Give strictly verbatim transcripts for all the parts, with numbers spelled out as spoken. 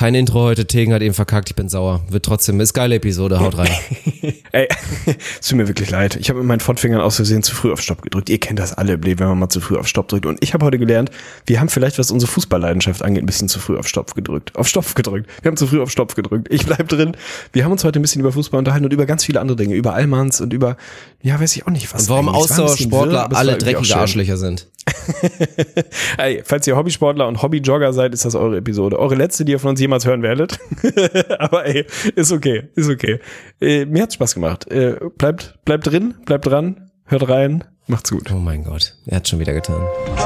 Kein Intro heute, Tegen hat eben verkackt, ich bin sauer. Wird trotzdem, ist geile Episode, haut rein. Ey, es tut mir wirklich leid. Ich habe mit meinen Fortfingern aus Versehen zu früh auf Stopp gedrückt. Ihr kennt das alle im Leben, wenn man mal zu früh auf Stopp drückt. Und ich habe heute gelernt, wir haben vielleicht, was unsere Fußballleidenschaft angeht, ein bisschen zu früh auf Stopp gedrückt. Auf Stopp gedrückt. Wir haben zu früh auf Stopp gedrückt. Ich bleib drin. Wir haben uns heute ein bisschen über Fußball unterhalten und über ganz viele andere Dinge. Über Allmanns und über, ja, weiß ich auch nicht was. Und warum Ausdauersportler wirr, alle dreckige Arschlöcher sind. Hey, falls ihr Hobbysportler und Hobbyjogger seid, ist das eure Episode. Eure letzte, die ihr von uns jemals hören werdet. Aber ey, ist okay, ist okay. Äh, mir hat's Spaß gemacht. Äh, bleibt, bleibt drin, bleibt dran, hört rein, macht's gut. Oh mein Gott, er hat's schon wieder getan.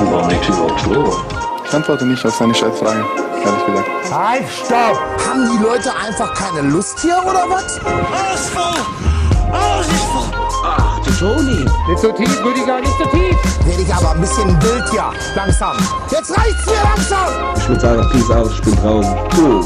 Ich antworte nicht auf seine Scheißfragen, ehrlich gesagt. Halt, stopp! Haben die Leute einfach keine Lust hier, oder was? Ausfall! Ausfall! Ach, du Toni. Nicht so tief, Rüdiger, nicht so tief. Werde ich aber ein bisschen wild hier. Langsam. Jetzt reicht's mir langsam. Ich würde sagen, peace out, ich bin draußen. Cool.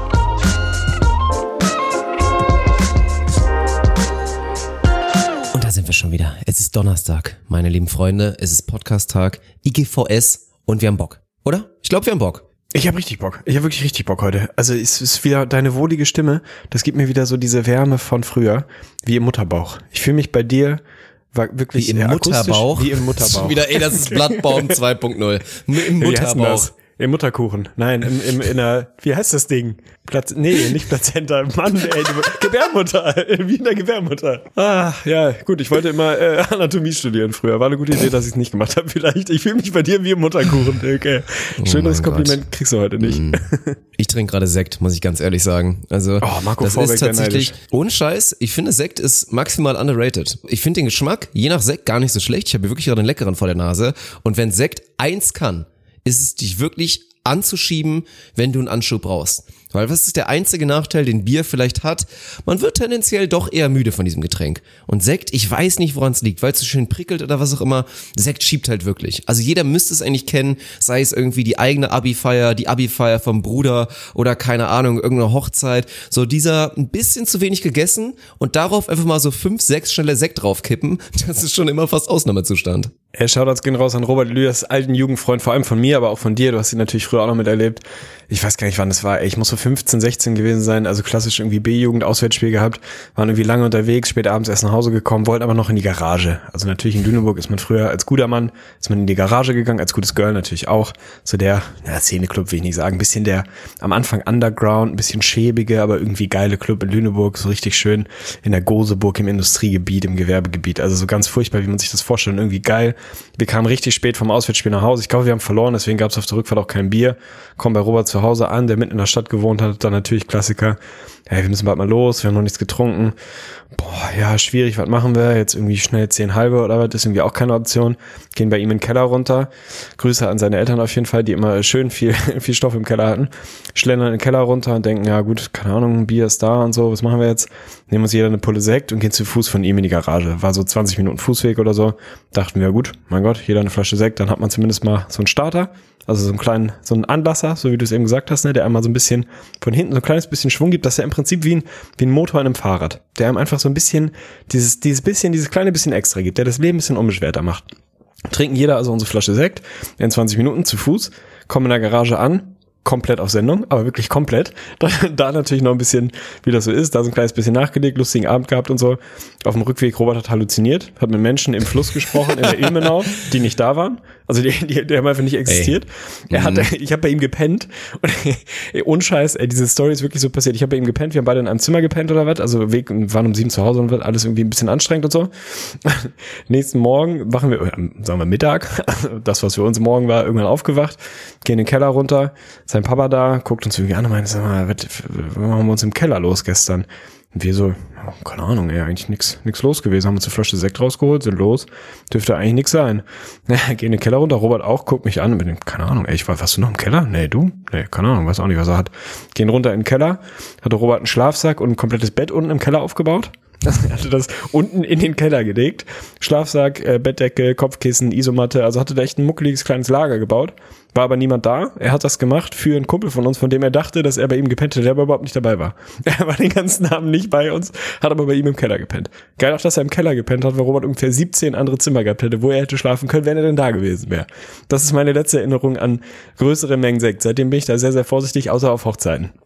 Und da sind wir schon wieder. Es ist Donnerstag, meine lieben Freunde. Es ist Podcast-Tag, I G V S und wir haben Bock. Oder? Ich glaube, wir haben Bock. Ich habe richtig Bock. Ich habe wirklich richtig Bock heute. Also es ist wieder deine wohlige Stimme. Das gibt mir wieder so diese Wärme von früher, wie im Mutterbauch. Ich fühle mich bei dir war wirklich wie im Mutterbauch. Wie im Mutterbauch. Wieder, ey, das ist Blattbaum zwei Punkt null. Im Mutterbauch. Im Mutterkuchen. Nein, im, im, in der, wie heißt das Ding? Platz, nee, nicht Plazenta. Mann, ey, die, Gebärmutter. Wie in der Gebärmutter. Ah, ja, gut, ich wollte immer äh, Anatomie studieren früher. War eine gute Idee, dass ich es nicht gemacht habe vielleicht. Ich fühle mich bei dir wie im Mutterkuchen, okay. Schöneres oh Kompliment Gott. Kriegst du heute nicht. Ich trinke gerade Sekt, muss ich ganz ehrlich sagen. Also, oh, Marco das Vorbeck, ist tatsächlich, ohne Scheiß, ich finde Sekt ist maximal underrated. Ich finde den Geschmack, je nach Sekt, gar nicht so schlecht. Ich habe wirklich gerade einen leckeren vor der Nase. Und wenn Sekt eins kann, ist es dich wirklich anzuschieben, wenn du einen Anschub brauchst. Weil was ist der einzige Nachteil, den Bier vielleicht hat? Man wird tendenziell doch eher müde von diesem Getränk. Und Sekt, ich weiß nicht, woran es liegt, weil es so schön prickelt oder was auch immer. Sekt schiebt halt wirklich. Also jeder müsste es eigentlich kennen, sei es irgendwie die eigene Abi-Feier, die Abi-Feier vom Bruder oder keine Ahnung, irgendeine Hochzeit. So dieser ein bisschen zu wenig gegessen und darauf einfach mal so fünf, sechs schnelle Sekt draufkippen. Das ist schon immer fast Ausnahmezustand. Hey, Shoutouts gehen raus an Robert Lüders, alten Jugendfreund, vor allem von mir, aber auch von dir. Du hast ihn natürlich früher auch noch miterlebt. Ich weiß gar nicht, wann das war. Ey, ich muss so fünfzehn, sechzehn gewesen sein, also klassisch irgendwie B-Jugend, Auswärtsspiel gehabt, waren irgendwie lange unterwegs, spät abends erst nach Hause gekommen, wollten aber noch in die Garage. Also natürlich in Lüneburg ist man früher als guter Mann, ist man in die Garage gegangen, als gutes Girl natürlich auch. So der, ja, Szeneclub will ich nicht sagen, ein bisschen der am Anfang Underground, ein bisschen schäbige, aber irgendwie geile Club in Lüneburg, so richtig schön in der Goseburg im Industriegebiet, im Gewerbegebiet. Also so ganz furchtbar, wie man sich das vorstellt, und irgendwie geil. Wir kamen richtig spät vom Auswärtsspiel nach Hause. Ich glaube, wir haben verloren, deswegen gab es auf der Rückfahrt auch kein Bier. Kommen bei Robert zu Hause an, der mitten in der Stadt gewohnt hat, dann natürlich Klassiker. Hey, wir müssen bald mal los, wir haben noch nichts getrunken. Boah, ja, schwierig, was machen wir? Jetzt irgendwie schnell zehn halbe oder was, ist irgendwie auch keine Option. Gehen bei ihm in den Keller runter. Grüße an seine Eltern auf jeden Fall, die immer schön viel viel Stoff im Keller hatten. Schlendern in den Keller runter und denken, ja gut, keine Ahnung, Bier ist da und so, was machen wir jetzt? Nehmen uns jeder eine Pulle Sekt und gehen zu Fuß von ihm in die Garage. War so zwanzig Minuten Fußweg oder so. Dachten wir, gut, mein Gott, jeder eine Flasche Sekt, dann hat man zumindest mal so einen Starter. Also so einen kleinen, so einen Anlasser, so wie du es eben gesagt hast, ne, der einmal so ein bisschen von hinten so ein kleines bisschen Schwung gibt, dass er im Prinzip wie ein, wie ein Motor in einem Fahrrad, der einem einfach so ein bisschen, dieses, dieses bisschen, dieses kleine bisschen extra gibt, der das Leben ein bisschen unbeschwerter macht. Trinken jeder also unsere Flasche Sekt in zwanzig Minuten zu Fuß, kommen in der Garage an, komplett auf Sendung, aber wirklich komplett. Da, da natürlich noch ein bisschen, wie das so ist, da so ein kleines bisschen nachgelegt, lustigen Abend gehabt und so. Auf dem Rückweg, Robert hat halluziniert, hat mit Menschen im Fluss gesprochen, in der Ilmenau, die nicht da waren. Also die, die, die haben einfach nicht existiert. Ey. Er hat, mhm. Ich habe bei ihm gepennt und ey, ohne Scheiß, ey, diese Story ist wirklich so passiert. Ich habe bei ihm gepennt, wir haben beide in einem Zimmer gepennt oder was, also Weg, waren um sieben zu Hause und wird alles irgendwie ein bisschen anstrengend und so. Nächsten Morgen wachen wir, sagen wir Mittag, das was für uns morgen war, irgendwann aufgewacht, gehen in den Keller runter, sein Papa da, guckt uns irgendwie an und meint, sag mal, was, was machen wir uns im Keller los gestern? Und wir so, oh, keine Ahnung, ey, eigentlich nix, nix los gewesen. Haben uns eine Flasche Sekt rausgeholt, sind los. Dürfte eigentlich nix sein. Ja, gehen in den Keller runter, Robert auch, guckt mich an und bin, keine Ahnung, ey, ich war, warst du noch im Keller? Nee, du? Nee, keine Ahnung, weiß auch nicht, was er hat. Gehen runter in den Keller, hatte Robert einen Schlafsack und ein komplettes Bett unten im Keller aufgebaut. Er hatte das unten in den Keller gelegt. Schlafsack, äh, Bettdecke, Kopfkissen, Isomatte, also hatte da echt ein muckeliges kleines Lager gebaut. War aber niemand da. Er hat das gemacht für einen Kumpel von uns, von dem er dachte, dass er bei ihm gepennt hätte, der aber überhaupt nicht dabei war. Er war den ganzen Abend nicht bei uns, hat aber bei ihm im Keller gepennt. Geil auch, dass er im Keller gepennt hat, weil Robert ungefähr siebzehn andere Zimmer gehabt hätte, wo er hätte schlafen können, wenn er denn da gewesen wäre. Das ist meine letzte Erinnerung an größere Mengen Sekt. Seitdem bin ich da sehr, sehr vorsichtig, außer auf Hochzeiten.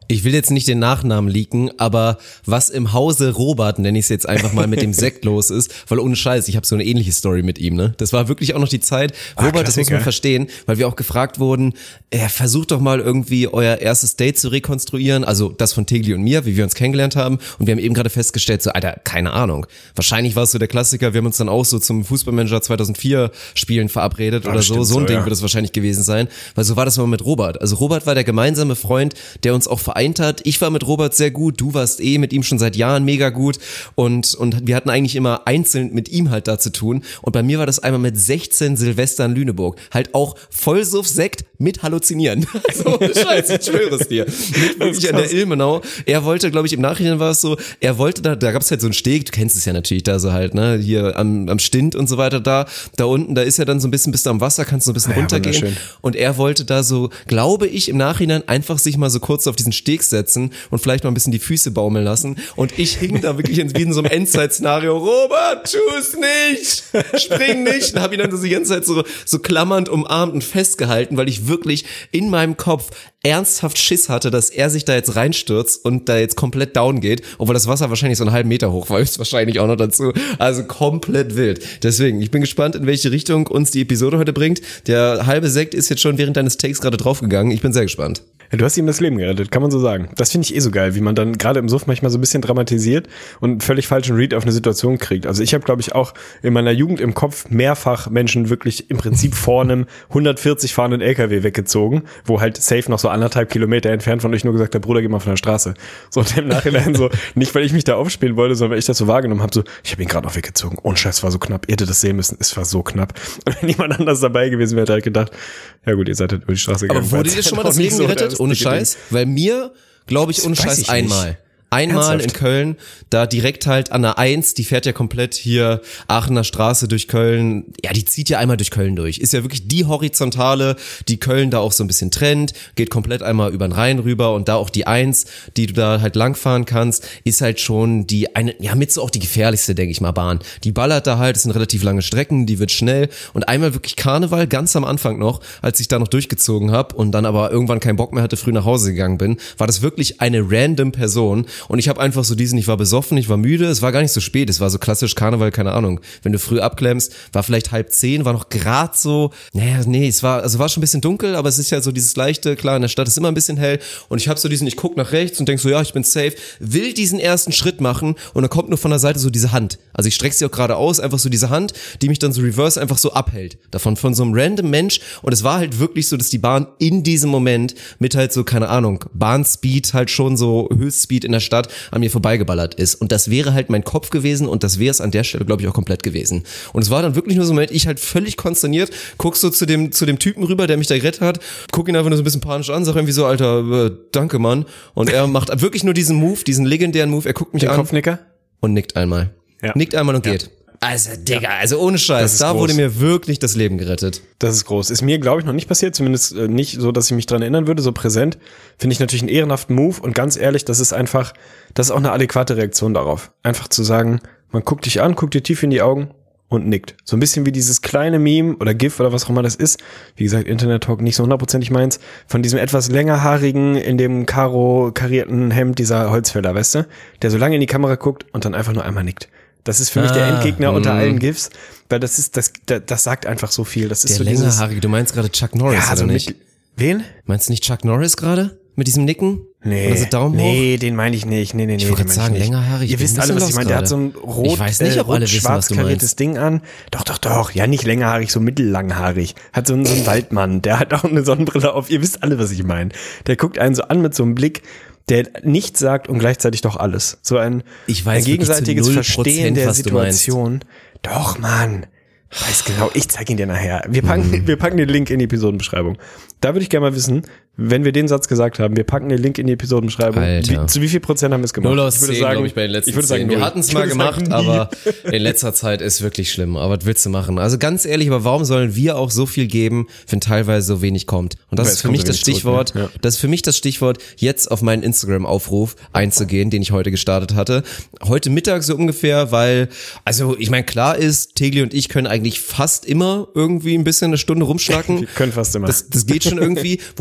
Ich will jetzt nicht den Nachnamen leaken, aber was im Hause Robert, nenne ich es jetzt einfach mal, mit dem Sekt los ist, weil ohne Scheiß, ich habe so eine ähnliche Story mit ihm, ne? Das war wirklich auch noch die Zeit. Robert, ah, das muss man verstehen, weil wir auch gefragt wurden, äh, versucht doch mal irgendwie euer erstes Date zu rekonstruieren, also das von Tegli und mir, wie wir uns kennengelernt haben, und wir haben eben gerade festgestellt, so, Alter, keine Ahnung. Wahrscheinlich war es so der Klassiker, wir haben uns dann auch so zum Fußballmanager zweitausendvier Spielen verabredet, ja, oder so, so ein so, Ding ja. wird es wahrscheinlich gewesen sein, weil so war das mal mit Robert. Also Robert war der gemeinsame Freund, der uns auch vereint hat. Ich war mit Robert sehr gut, du warst eh mit ihm schon seit Jahren mega gut und und wir hatten eigentlich immer einzeln mit ihm halt da zu tun und bei mir war das einmal mit sechzehn Silvester in Lüneburg. Halt auch Vollsuff-Sekt mit Halluzinieren. Also Scheiße, ich schwöre es dir. Mit wirklich an der Ilmenau. Er wollte, glaube ich, im Nachhinein war es so, er wollte da, da gab es halt so einen Steg, du kennst es ja natürlich da so halt, ne, hier am, am Stint und so weiter da, da unten, da ist ja dann so ein bisschen, bist du am Wasser, kannst du so ein bisschen ja, runtergehen und er wollte da so, glaube ich, im Nachhinein einfach sich mal so kurz auf diesen Steg setzen und vielleicht mal ein bisschen die Füße baumeln lassen. Und ich hing da wirklich in, wie in so einem Endzeit-Szenario. Robert, tu's nicht! Spring nicht! Und hab ihn dann so die ganze Zeit so, so klammernd umarmt und festgehalten, weil ich wirklich in meinem Kopf ernsthaft Schiss hatte, dass er sich da jetzt reinstürzt und da jetzt komplett down geht, obwohl das Wasser wahrscheinlich so einen halben Meter hoch war, ist wahrscheinlich auch noch dazu. Also komplett wild. Deswegen, ich bin gespannt, in welche Richtung uns die Episode heute bringt. Der halbe Sekt ist jetzt schon während deines Takes gerade draufgegangen. Ich bin sehr gespannt. Ja, du hast ihm das Leben gerettet, kann man so sagen. Das finde ich eh so geil, wie man dann gerade im Suff manchmal so ein bisschen dramatisiert und einen völlig falschen Read auf eine Situation kriegt. Also ich habe, glaube ich, auch in meiner Jugend im Kopf mehrfach Menschen wirklich im Prinzip vor einem hundertvierzig fahrenden L K W weggezogen, wo halt safe noch so anderthalb Kilometer entfernt von euch nur gesagt hat, Bruder, geh mal von der Straße. So und im Nachhinein so, nicht weil ich mich da aufspielen wollte, sondern weil ich das so wahrgenommen habe, so, ich habe ihn gerade noch weggezogen. Ohne Scheiß, war so knapp. Ihr hättet das sehen müssen, es war so knapp. Und wenn jemand anders dabei gewesen wäre, hätte halt gedacht, ja gut, ihr seid halt über die Straße gegangen. Aber wurde dir schon mal das Leben gerettet? Ohne Scheiß? Weil mir, glaube ich, ohne Scheiß einmal. Einmal Ernsthaft? In Köln, da direkt halt an der eins, die fährt ja komplett hier Aachener Straße durch Köln, ja, die zieht ja einmal durch Köln durch, ist ja wirklich die Horizontale, die Köln da auch so ein bisschen trennt, geht komplett einmal über den Rhein rüber und da auch die eins, die du da halt langfahren kannst, ist halt schon die eine, ja, mit so auch die gefährlichste, denke ich mal, Bahn. Die ballert da halt, es sind relativ lange Strecken, die wird schnell und einmal wirklich Karneval, ganz am Anfang noch, als ich da noch durchgezogen habe und dann aber irgendwann keinen Bock mehr hatte, früh nach Hause gegangen bin, war das wirklich eine random Person. Und ich habe einfach so diesen, ich war besoffen, ich war müde, es war gar nicht so spät, es war so klassisch Karneval, keine Ahnung. Wenn du früh abklemmst, war vielleicht halb zehn, war noch grad so, naja, nee, es war, also war schon ein bisschen dunkel, aber es ist ja so dieses leichte, klar, in der Stadt ist immer ein bisschen hell und ich habe so diesen, ich guck nach rechts und denk so, ja, ich bin safe, will diesen ersten Schritt machen und dann kommt nur von der Seite so diese Hand. Also ich strecke sie auch gerade aus, einfach so diese Hand, die mich dann so reverse einfach so abhält. Davon von so einem random Mensch und es war halt wirklich so, dass die Bahn in diesem Moment mit halt so, keine Ahnung, Bahnspeed halt schon so Höchstspeed in der Stadt an mir vorbeigeballert ist. Und das wäre halt mein Kopf gewesen und das wäre es an der Stelle, glaube ich, auch komplett gewesen. Und es war dann wirklich nur so ein Moment, ich halt völlig konsterniert, guck so zu dem, zu dem Typen rüber, der mich da gerettet hat, guck ihn einfach nur so ein bisschen panisch an, sag irgendwie so, Alter, äh, danke, Mann. Und er macht wirklich nur diesen Move, diesen legendären Move, er guckt mich Den an. Kopfnicker? Und nickt einmal. Ja. Nickt einmal und ja. geht. Also, Digga, also ohne Scheiß, da groß. wurde mir wirklich das Leben gerettet. Das ist groß. Ist mir, glaube ich, noch nicht passiert, zumindest äh, nicht so, dass ich mich dran erinnern würde, so präsent. Finde ich natürlich einen ehrenhaften Move und ganz ehrlich, das ist einfach, das ist auch eine adäquate Reaktion darauf. Einfach zu sagen, man guckt dich an, guckt dir tief in die Augen und nickt. So ein bisschen wie dieses kleine Meme oder GIF oder was auch immer das ist. Wie gesagt, Internet-Talk nicht so hundertprozentig meins. Von diesem etwas längerhaarigen, in dem Karo karierten Hemd dieser Holzfäller, weißt du? Der so lange in die Kamera guckt und dann einfach nur einmal nickt. Das ist für mich ah, der Endgegner mh. unter allen GIFs, weil das ist, das, das, das sagt einfach so viel. Das ist der so längerhaarige, du meinst gerade Chuck Norris, ja, oder so nicht? Mit, wen? Meinst du nicht Chuck Norris gerade? Mit diesem Nicken? Nee, oder so Daumen nee, hoch? den meine ich nicht. Nee, nee, nee. Ich wollte sagen, längerhaarig. Ihr wisst alle, was ich meine. Der hat so ein rot, ich weiß nicht, ob alle wissen, schwarz kariertes Ding an. Doch, doch, doch. Ja, nicht längerhaarig, so mittelllanghaarig. Hat so einen, so einen Waldmann. Der hat auch eine Sonnenbrille auf. Ihr wisst alle, was ich meine. Der guckt einen so an mit so einem Blick, der nichts sagt und gleichzeitig doch alles. So ein, ich weiß ein gegenseitiges Verstehen der Situation. Doch, Mann. Weiß genau, ich zeig ihn dir nachher. Wir packen, mhm. wir packen den Link in die Episodenbeschreibung. Da würde ich gerne mal wissen, wenn wir den Satz gesagt haben, wir packen den Link in die Episodenbeschreibung. Wie, zu wie viel Prozent haben wir es gemacht? Null aus zehn, glaube ich, bei den letzten ich würde sagen, wir hatten es mal gemacht, aber in letzter Zeit ist wirklich schlimm. Aber was willst du machen? Also ganz ehrlich, aber warum sollen wir auch so viel geben, wenn teilweise so wenig kommt? Und das ja, ist für mich das Stichwort, zurück, ne? ja. das ist für mich das Stichwort, jetzt auf meinen Instagram-Aufruf einzugehen, den ich heute gestartet hatte. Heute Mittag so ungefähr, weil, also ich meine, klar ist, Tegli und ich können eigentlich fast immer irgendwie ein bisschen eine Stunde rumschlacken. Wir können fast immer. Das, das geht schon irgendwie, wobei wir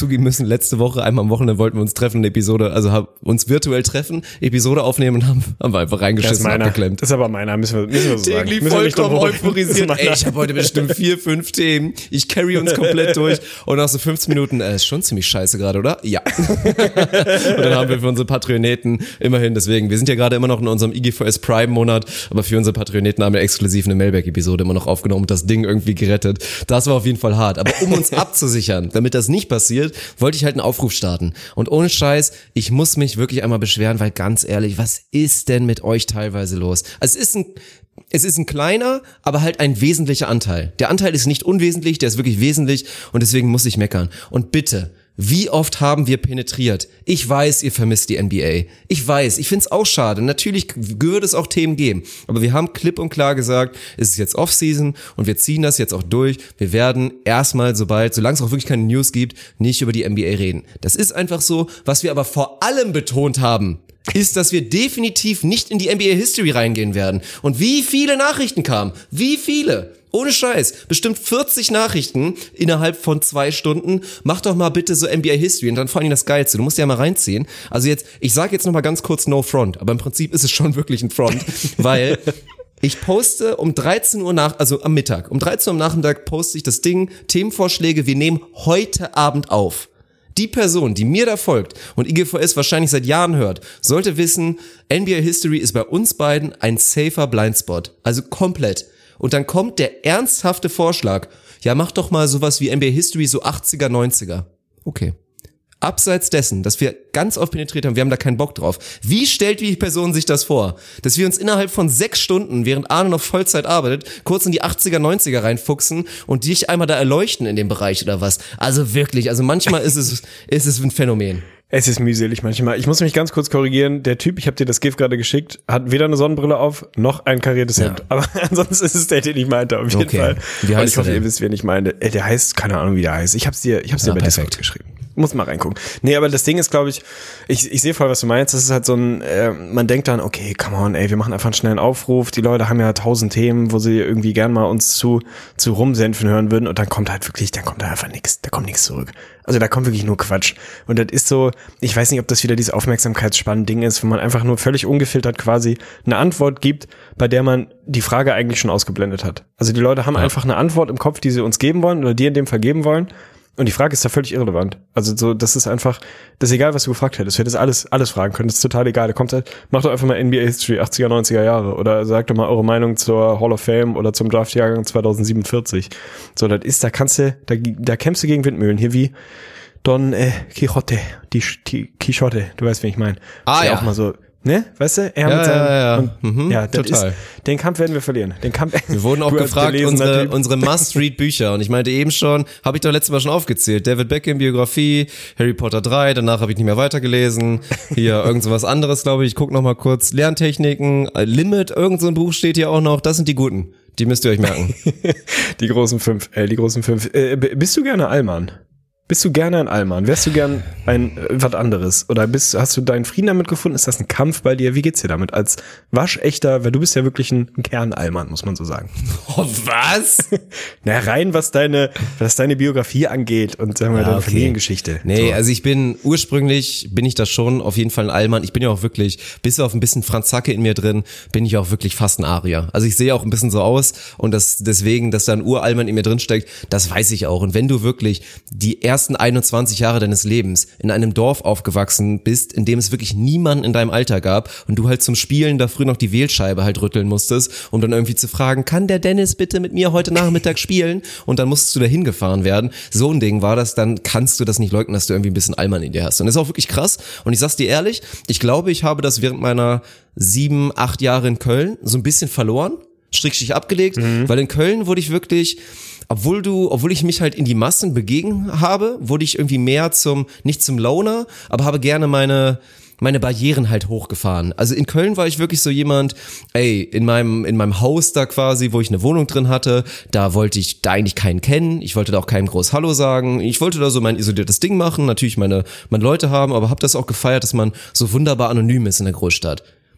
zugeben müssen, letzte Woche, einmal am Wochenende wollten wir uns treffen, eine Episode, also haben uns virtuell treffen, Episode aufnehmen und haben, haben wir einfach reingeschissen und abgeklemmt. Das ist aber meiner, müssen wir, müssen wir so sagen. Täglich vollkommen euphorisiert. Ey, ich habe heute bestimmt vier, fünf Themen. Ich carry uns komplett durch. Und nach so fünfzehn Minuten, äh, ist schon ziemlich scheiße gerade, oder? Ja. Und dann haben wir für unsere Patreoneten immerhin, deswegen, wir sind ja gerade immer noch in unserem I G V S Prime-Monat, aber für unsere Patreoneten haben wir exklusiv eine Mailback-Episode immer noch aufgenommen und das Ding irgendwie gerettet. Das war auf jeden Fall hart. Aber um uns abzusichern, damit das nicht passiert, wollte ich halt einen Aufruf starten. Und ohne Scheiß, ich muss mich wirklich einmal beschweren, weil ganz ehrlich, was ist denn mit euch teilweise los? Also es ist ein Es ist ein kleiner, aber halt ein wesentlicher Anteil. Der Anteil ist nicht unwesentlich, der ist wirklich wesentlich und deswegen muss ich meckern. Und bitte, wie oft haben wir penetriert? Ich weiß, ihr vermisst die N B A. Ich weiß, ich find's auch schade. Natürlich würde es auch Themen geben. Aber wir haben klipp und klar gesagt, es ist jetzt Off-Season und wir ziehen das jetzt auch durch. Wir werden erstmal, sobald, solange es auch wirklich keine News gibt, nicht über die N B A reden. Das ist einfach so. Was wir aber vor allem betont haben, ist, dass wir definitiv nicht in die N B A-History reingehen werden. Und wie viele Nachrichten kamen? Wie viele? Ohne Scheiß. Bestimmt vierzig Nachrichten innerhalb von zwei Stunden. Mach doch mal bitte so N B A-History und dann vor allem das Geilste. Du musst ja mal reinziehen. Also jetzt, ich sag jetzt noch mal ganz kurz No Front, aber im Prinzip ist es schon wirklich ein Front, weil ich poste um dreizehn Uhr nach, also am Mittag, um dreizehn Uhr am Nachmittag poste ich das Ding, Themenvorschläge, wir nehmen heute Abend auf. Die Person, die mir da folgt und I G V S wahrscheinlich seit Jahren hört, sollte wissen, N B A History ist bei uns beiden ein safer Blindspot. Also komplett. Und dann kommt der ernsthafte Vorschlag, ja mach doch mal sowas wie N B A History so achtziger, neunziger. Okay. Abseits dessen, dass wir ganz oft penetriert haben, wir haben da keinen Bock drauf. Wie stellt die Person sich das vor? Dass wir uns innerhalb von sechs Stunden, während Arne noch Vollzeit arbeitet, kurz in die achtziger, neunziger reinfuchsen und dich einmal da erleuchten in dem Bereich oder was? Also wirklich, also manchmal ist es, ist es ein Phänomen. Es ist mühselig manchmal. Ich muss mich ganz kurz korrigieren. Der Typ, ich habe dir das GIF gerade geschickt, hat weder eine Sonnenbrille auf, noch ein kariertes Hemd. Ja. Aber ansonsten ist es der, den ich meinte, auf jeden okay. Fall. Wie heißt Und ich hoffe, der ihr wisst, wen ich meine. Der heißt, keine Ahnung, wie der heißt. Ich hab's dir, ich hab's dir ja, bei perfekt. Discord geschrieben. Muss mal reingucken. Nee, aber das Ding ist, glaube ich, ich, ich sehe voll, was du meinst. Das ist halt so ein, äh, man denkt dann, okay, come on, ey, wir machen einfach einen schnellen Aufruf. Die Leute haben ja tausend Themen, wo sie irgendwie gern mal uns zu, zu rumsenfen hören würden. Und dann kommt halt wirklich, dann kommt da einfach nichts. Da kommt nichts zurück. Also da kommt wirklich nur Quatsch. Und das ist so, ich weiß nicht, ob das wieder dieses Aufmerksamkeitsspannen-Ding ist, wo man einfach nur völlig ungefiltert quasi eine Antwort gibt, bei der man die Frage eigentlich schon ausgeblendet hat. Also die Leute haben ja. einfach eine Antwort im Kopf, die sie uns geben wollen oder die in dem Fall geben wollen. Und die Frage ist da völlig irrelevant. Also so, das ist einfach, das ist egal, was du gefragt hättest. Du hättest alles, alles fragen können. Das ist total egal. Da kommt halt, mach doch einfach mal N B A History achtziger, neunziger Jahre oder sagt doch mal eure Meinung zur Hall of Fame oder zum Draft-Jahrgang zweitausendsiebenundvierzig. So, das ist, da kannst du, da, da kämpfst du gegen Windmühlen. Hier wie Don äh, Quixote, die, die Quixote. Du weißt, wen ich meine. Ah, ja. ja. Auch mal so, ne? Weißt du? Er ja, mit seinem, ja, ja. Und, Mhm, ja, das total. Ist, den Kampf werden wir verlieren. Den Kampf. Wir wurden auch Du als gefragt, belesener unsere, Typ. unsere Must-Read-Bücher. Und ich meinte eben schon, habe ich doch letztes Mal schon aufgezählt. David Beckham Biografie, Harry Potter drei, danach habe ich nicht mehr weitergelesen. Hier irgend so was anderes, glaube ich. Ich guck noch mal kurz. Lerntechniken, Limit, irgend so ein Buch steht hier auch noch. Das sind die guten. Die müsst ihr euch merken. Die großen fünf, äh, die großen fünf. Äh, bist du gerne Allmann? Bist du gerne ein Allmann? Wärst du gern ein äh, was anderes? Oder bist, hast du deinen Frieden damit gefunden? Ist das ein Kampf bei dir? Wie geht's dir damit? Als waschechter, weil du bist ja wirklich ein, ein Kern-Allmann, muss man so sagen. Oh, was? Na, rein, was deine, was deine Biografie angeht und sagen wir Ja, deine okay. Familiengeschichte. Nee, So. also ich bin, ursprünglich bin ich da schon auf jeden Fall ein Allmann. Ich bin ja auch wirklich, bis auf ein bisschen Franz Zacke in mir drin, bin ich auch wirklich fast ein Arier. Also ich sehe auch ein bisschen so aus und das, deswegen, dass da ein Urallmann in mir drin steckt, das weiß ich auch. Und wenn du wirklich die ersten einundzwanzig Jahre deines Lebens in einem Dorf aufgewachsen bist, in dem es wirklich niemanden in deinem Alter gab und du halt zum Spielen da früh noch die Wählscheibe halt rütteln musstest, um dann irgendwie zu fragen, kann der Dennis bitte mit mir heute Nachmittag spielen? Und dann musstest du da hingefahren werden. So ein Ding war das, dann kannst du das nicht leugnen, dass du irgendwie ein bisschen Allmann in dir hast. Und das ist auch wirklich krass. Und ich sag's dir ehrlich, ich glaube, ich habe das während meiner sieben, acht Jahre in Köln so ein bisschen verloren, strickstich abgelegt, mhm. weil in Köln wurde ich wirklich, obwohl du, obwohl ich mich halt in die Massen begegnet habe, wurde ich irgendwie mehr zum, nicht zum Loner, aber habe gerne meine, meine Barrieren halt hochgefahren. Also in Köln war ich wirklich so jemand, ey, in meinem, in meinem Haus da quasi, wo ich eine Wohnung drin hatte, da wollte ich da eigentlich keinen kennen, ich wollte da auch keinem groß Hallo sagen, ich wollte da so mein isoliertes Ding machen, natürlich meine, meine Leute haben, aber hab das auch gefeiert, dass man so wunderbar anonym ist in der Großstadt.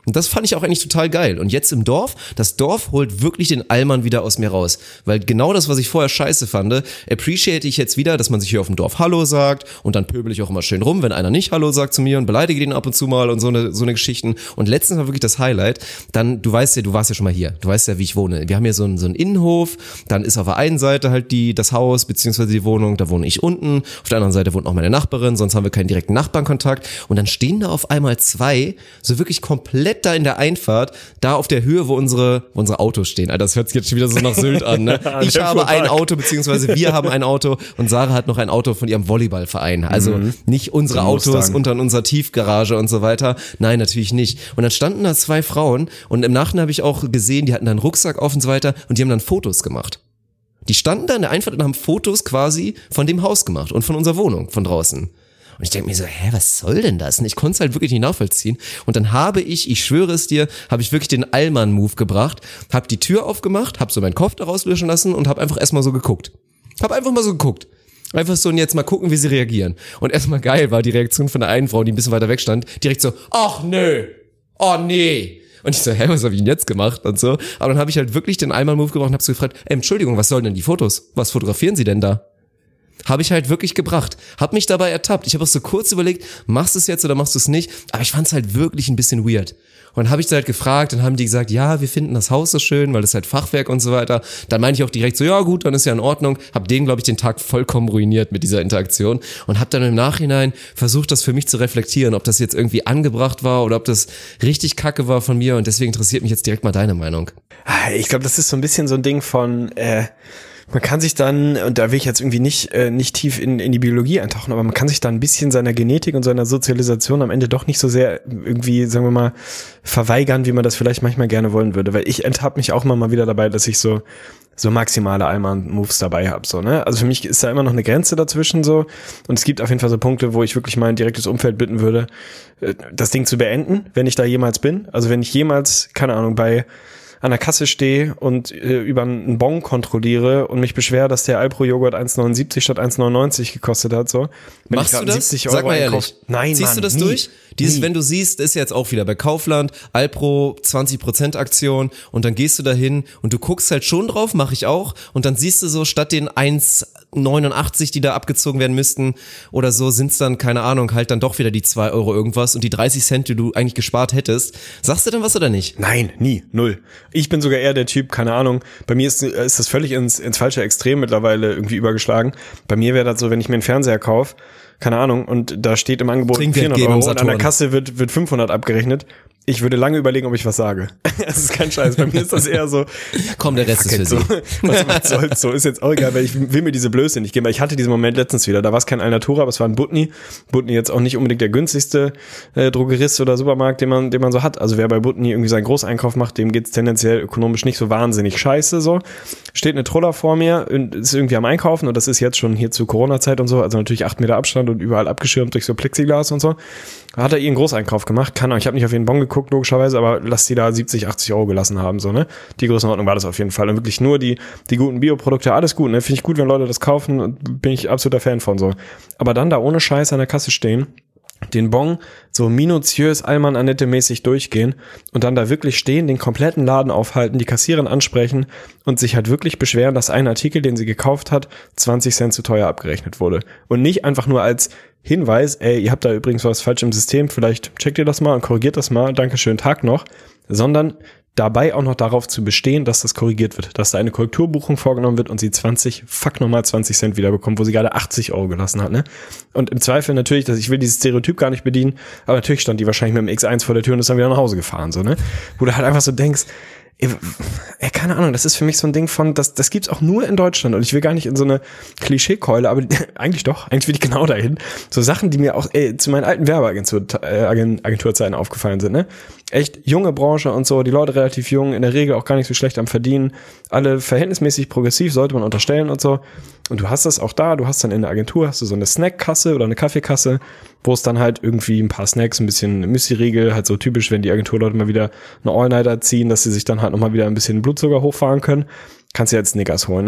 Und das fand ich auch eigentlich total geil. Und jetzt im Dorf, das Dorf holt wirklich den Allmann wieder aus mir raus. Weil genau das, was ich vorher scheiße fand, appreciate ich jetzt wieder, dass man sich hier auf dem Dorf Hallo sagt und dann pöbel ich auch immer schön rum, wenn einer nicht Hallo sagt zu mir und beleidige den ab und zu mal und so eine, so eine Geschichten. Und letztens war wirklich das Highlight, dann, du weißt ja, du warst ja schon mal hier, du weißt ja, wie ich wohne. Wir haben hier so einen, so einen Innenhof, dann ist auf der einen Seite halt die, das Haus, beziehungsweise die Wohnung, da wohne ich unten, auf der anderen Seite wohnt auch meine Nachbarin, sonst haben wir keinen direkten Nachbarnkontakt. Und dann stehen da auf einmal zwei, so wirklich komplett da in der Einfahrt, da auf der Höhe, wo unsere, wo unsere Autos stehen. Alter, das hört sich jetzt schon wieder so nach Sylt an, ne? Ich habe ein Auto, beziehungsweise wir haben ein Auto und Sarah hat noch ein Auto von ihrem Volleyballverein. Also mhm. nicht unsere so Autos unter in unserer Tiefgarage und so weiter. Nein, natürlich nicht. Und dann standen da zwei Frauen und im Nachhinein habe ich auch gesehen, die hatten da einen Rucksack auf und so weiter und die haben dann Fotos gemacht. Die standen da in der Einfahrt und haben Fotos quasi von dem Haus gemacht und von unserer Wohnung von draußen. Und ich denke mir so, hä, was soll denn das? Und ich konnte es halt wirklich nicht nachvollziehen. Und dann habe ich, ich schwöre es dir, habe ich wirklich den Allmann-Move gebracht, habe die Tür aufgemacht, habe so meinen Kopf da rauslöschen lassen und habe einfach erstmal so geguckt. Habe einfach mal so geguckt. Einfach so und jetzt mal gucken, wie sie reagieren. Und erstmal geil war die Reaktion von der einen Frau, die ein bisschen weiter weg stand, direkt so, ach nö, oh nee. Und ich so, hä, was habe ich denn jetzt gemacht und so. Aber dann habe ich halt wirklich den Allmann-Move gebracht und habe so gefragt, ey, Entschuldigung, was sollen denn die Fotos? Was fotografieren Sie denn da? Habe ich halt wirklich gebracht. Hab mich dabei ertappt. Ich habe auch so kurz überlegt, machst du es jetzt oder machst du es nicht? Aber ich fand es halt wirklich ein bisschen weird. Und dann habe ich sie halt gefragt, dann haben die gesagt, ja, wir finden das Haus so schön, weil das halt Fachwerk und so weiter. Dann meinte ich auch direkt so, ja gut, dann ist ja in Ordnung. Hab denen, glaube ich, den Tag vollkommen ruiniert mit dieser Interaktion und hab dann im Nachhinein versucht, das für mich zu reflektieren, ob das jetzt irgendwie angebracht war oder ob das richtig kacke war von mir. Und deswegen interessiert mich jetzt direkt mal deine Meinung. Ich glaube, das ist so ein bisschen so ein Ding von... äh Man kann sich dann, und da will ich jetzt irgendwie nicht äh, nicht tief in in die Biologie eintauchen, aber man kann sich dann ein bisschen seiner Genetik und seiner Sozialisation am Ende doch nicht so sehr irgendwie, sagen wir mal, verweigern, wie man das vielleicht manchmal gerne wollen würde. Weil ich enttappe mich auch immer mal wieder dabei, dass ich so so maximale Allmann-Moves dabei habe. So, ne? Also für mich ist da immer noch eine Grenze dazwischen so. Und es gibt auf jeden Fall so Punkte, wo ich wirklich mein direktes Umfeld bitten würde, das Ding zu beenden, wenn ich da jemals bin. Also wenn ich jemals, keine Ahnung, bei an der Kasse stehe und äh, über einen Bon kontrolliere und mich beschwere, dass der Alpro-Joghurt eins neunundsiebzig statt eins neunundneunzig gekostet hat. So. Wenn Machst ich du das? siebzig Euro Sag mal ehrlich. Einkauf, nein, Ziehst Mann, du das nie, durch? Dieses, nie. wenn du siehst, ist jetzt auch wieder bei Kaufland, Alpro zwanzig Prozent Aktion und dann gehst du dahin und du guckst halt schon drauf, mache ich auch, und dann siehst du so, statt den eins neunundachtzig, die da abgezogen werden müssten oder so, sind's dann, keine Ahnung, halt dann doch wieder die zwei Euro irgendwas und die dreißig Cent, die du eigentlich gespart hättest. Sagst du denn was oder nicht? Nein, nie, null. Ich bin sogar eher der Typ, keine Ahnung, bei mir ist, ist das völlig ins, ins falsche Extrem mittlerweile irgendwie übergeschlagen. Bei mir wäre das so, wenn ich mir einen Fernseher kaufe, keine Ahnung, und da steht im Angebot vierhundert Euro und an der Kasse wird, wird fünfhundert abgerechnet. Ich würde lange überlegen, ob ich was sage. Das ist kein Scheiß. Bei mir ist das eher so, komm, der Rest ist für so, sie. Was, was soll's so? Ist jetzt auch egal, weil ich will mir diese Blöße nicht geben, weil ich hatte diesen Moment letztens wieder. Da war es kein Alnatura, aber es war ein Butni. Butni jetzt auch nicht unbedingt der günstigste äh, Drogerist oder Supermarkt, den man, den man so hat. Also wer bei Butni irgendwie seinen Großeinkauf macht, dem geht's tendenziell ökonomisch nicht so wahnsinnig scheiße, so. Steht eine Troller vor mir und ist irgendwie am Einkaufen, und das ist jetzt schon hier zu Corona-Zeit und so, also natürlich acht Meter Abstand und überall abgeschirmt durch so Plexiglas und so. Hat er ihren Großeinkauf gemacht, kann auch, ich habe nicht auf jeden Bon geguckt, logischerweise, aber lass die da siebzig, achtzig Euro gelassen haben, so, ne? Die Größenordnung war das auf jeden Fall. Und wirklich nur die, die guten Bioprodukte, alles gut, ne? Finde ich gut, wenn Leute das kaufen, bin ich absoluter Fan von, so. Aber dann da ohne Scheiß an der Kasse stehen, den Bon so minutiös Allmann Annette mäßig durchgehen und dann da wirklich stehen, den kompletten Laden aufhalten, die Kassiererin ansprechen und sich halt wirklich beschweren, dass ein Artikel, den sie gekauft hat, zwanzig Cent zu teuer abgerechnet wurde. Und nicht einfach nur als Hinweis, ey, ihr habt da übrigens was falsch im System, vielleicht checkt ihr das mal und korrigiert das mal, dankeschön, Tag noch, sondern dabei auch noch darauf zu bestehen, dass das korrigiert wird, dass da eine Korrekturbuchung vorgenommen wird und sie zwanzig, fuck nochmal zwanzig Cent wiederbekommt, wo sie gerade achtzig Euro gelassen hat, ne? Und im Zweifel natürlich, dass ich will dieses Stereotyp gar nicht bedienen, aber natürlich stand die wahrscheinlich mit dem X eins vor der Tür und ist dann wieder nach Hause gefahren, so, ne? Wo du halt einfach so denkst, ey, keine Ahnung, das ist für mich so ein Ding von, das, das gibt's auch nur in Deutschland, und ich will gar nicht in so eine Klischeekeule, aber eigentlich doch, eigentlich will ich genau dahin. So Sachen, die mir auch ey, zu meinen alten Werbeagenturzeiten äh, aufgefallen sind, ne? Echt junge Branche und so, die Leute relativ jung, in der Regel auch gar nicht so schlecht am Verdienen, alle verhältnismäßig progressiv, sollte man unterstellen und so. Und du hast das auch da, du hast dann in der Agentur, hast du so eine Snackkasse oder eine Kaffeekasse, wo es dann halt irgendwie ein paar Snacks, ein bisschen Müsli-Riegel, halt so typisch, wenn die Agenturleute mal wieder eine All-Nighter ziehen, dass sie sich dann halt nochmal wieder ein bisschen Blutzucker hochfahren können. Kannst du ja jetzt Snickers holen, ne?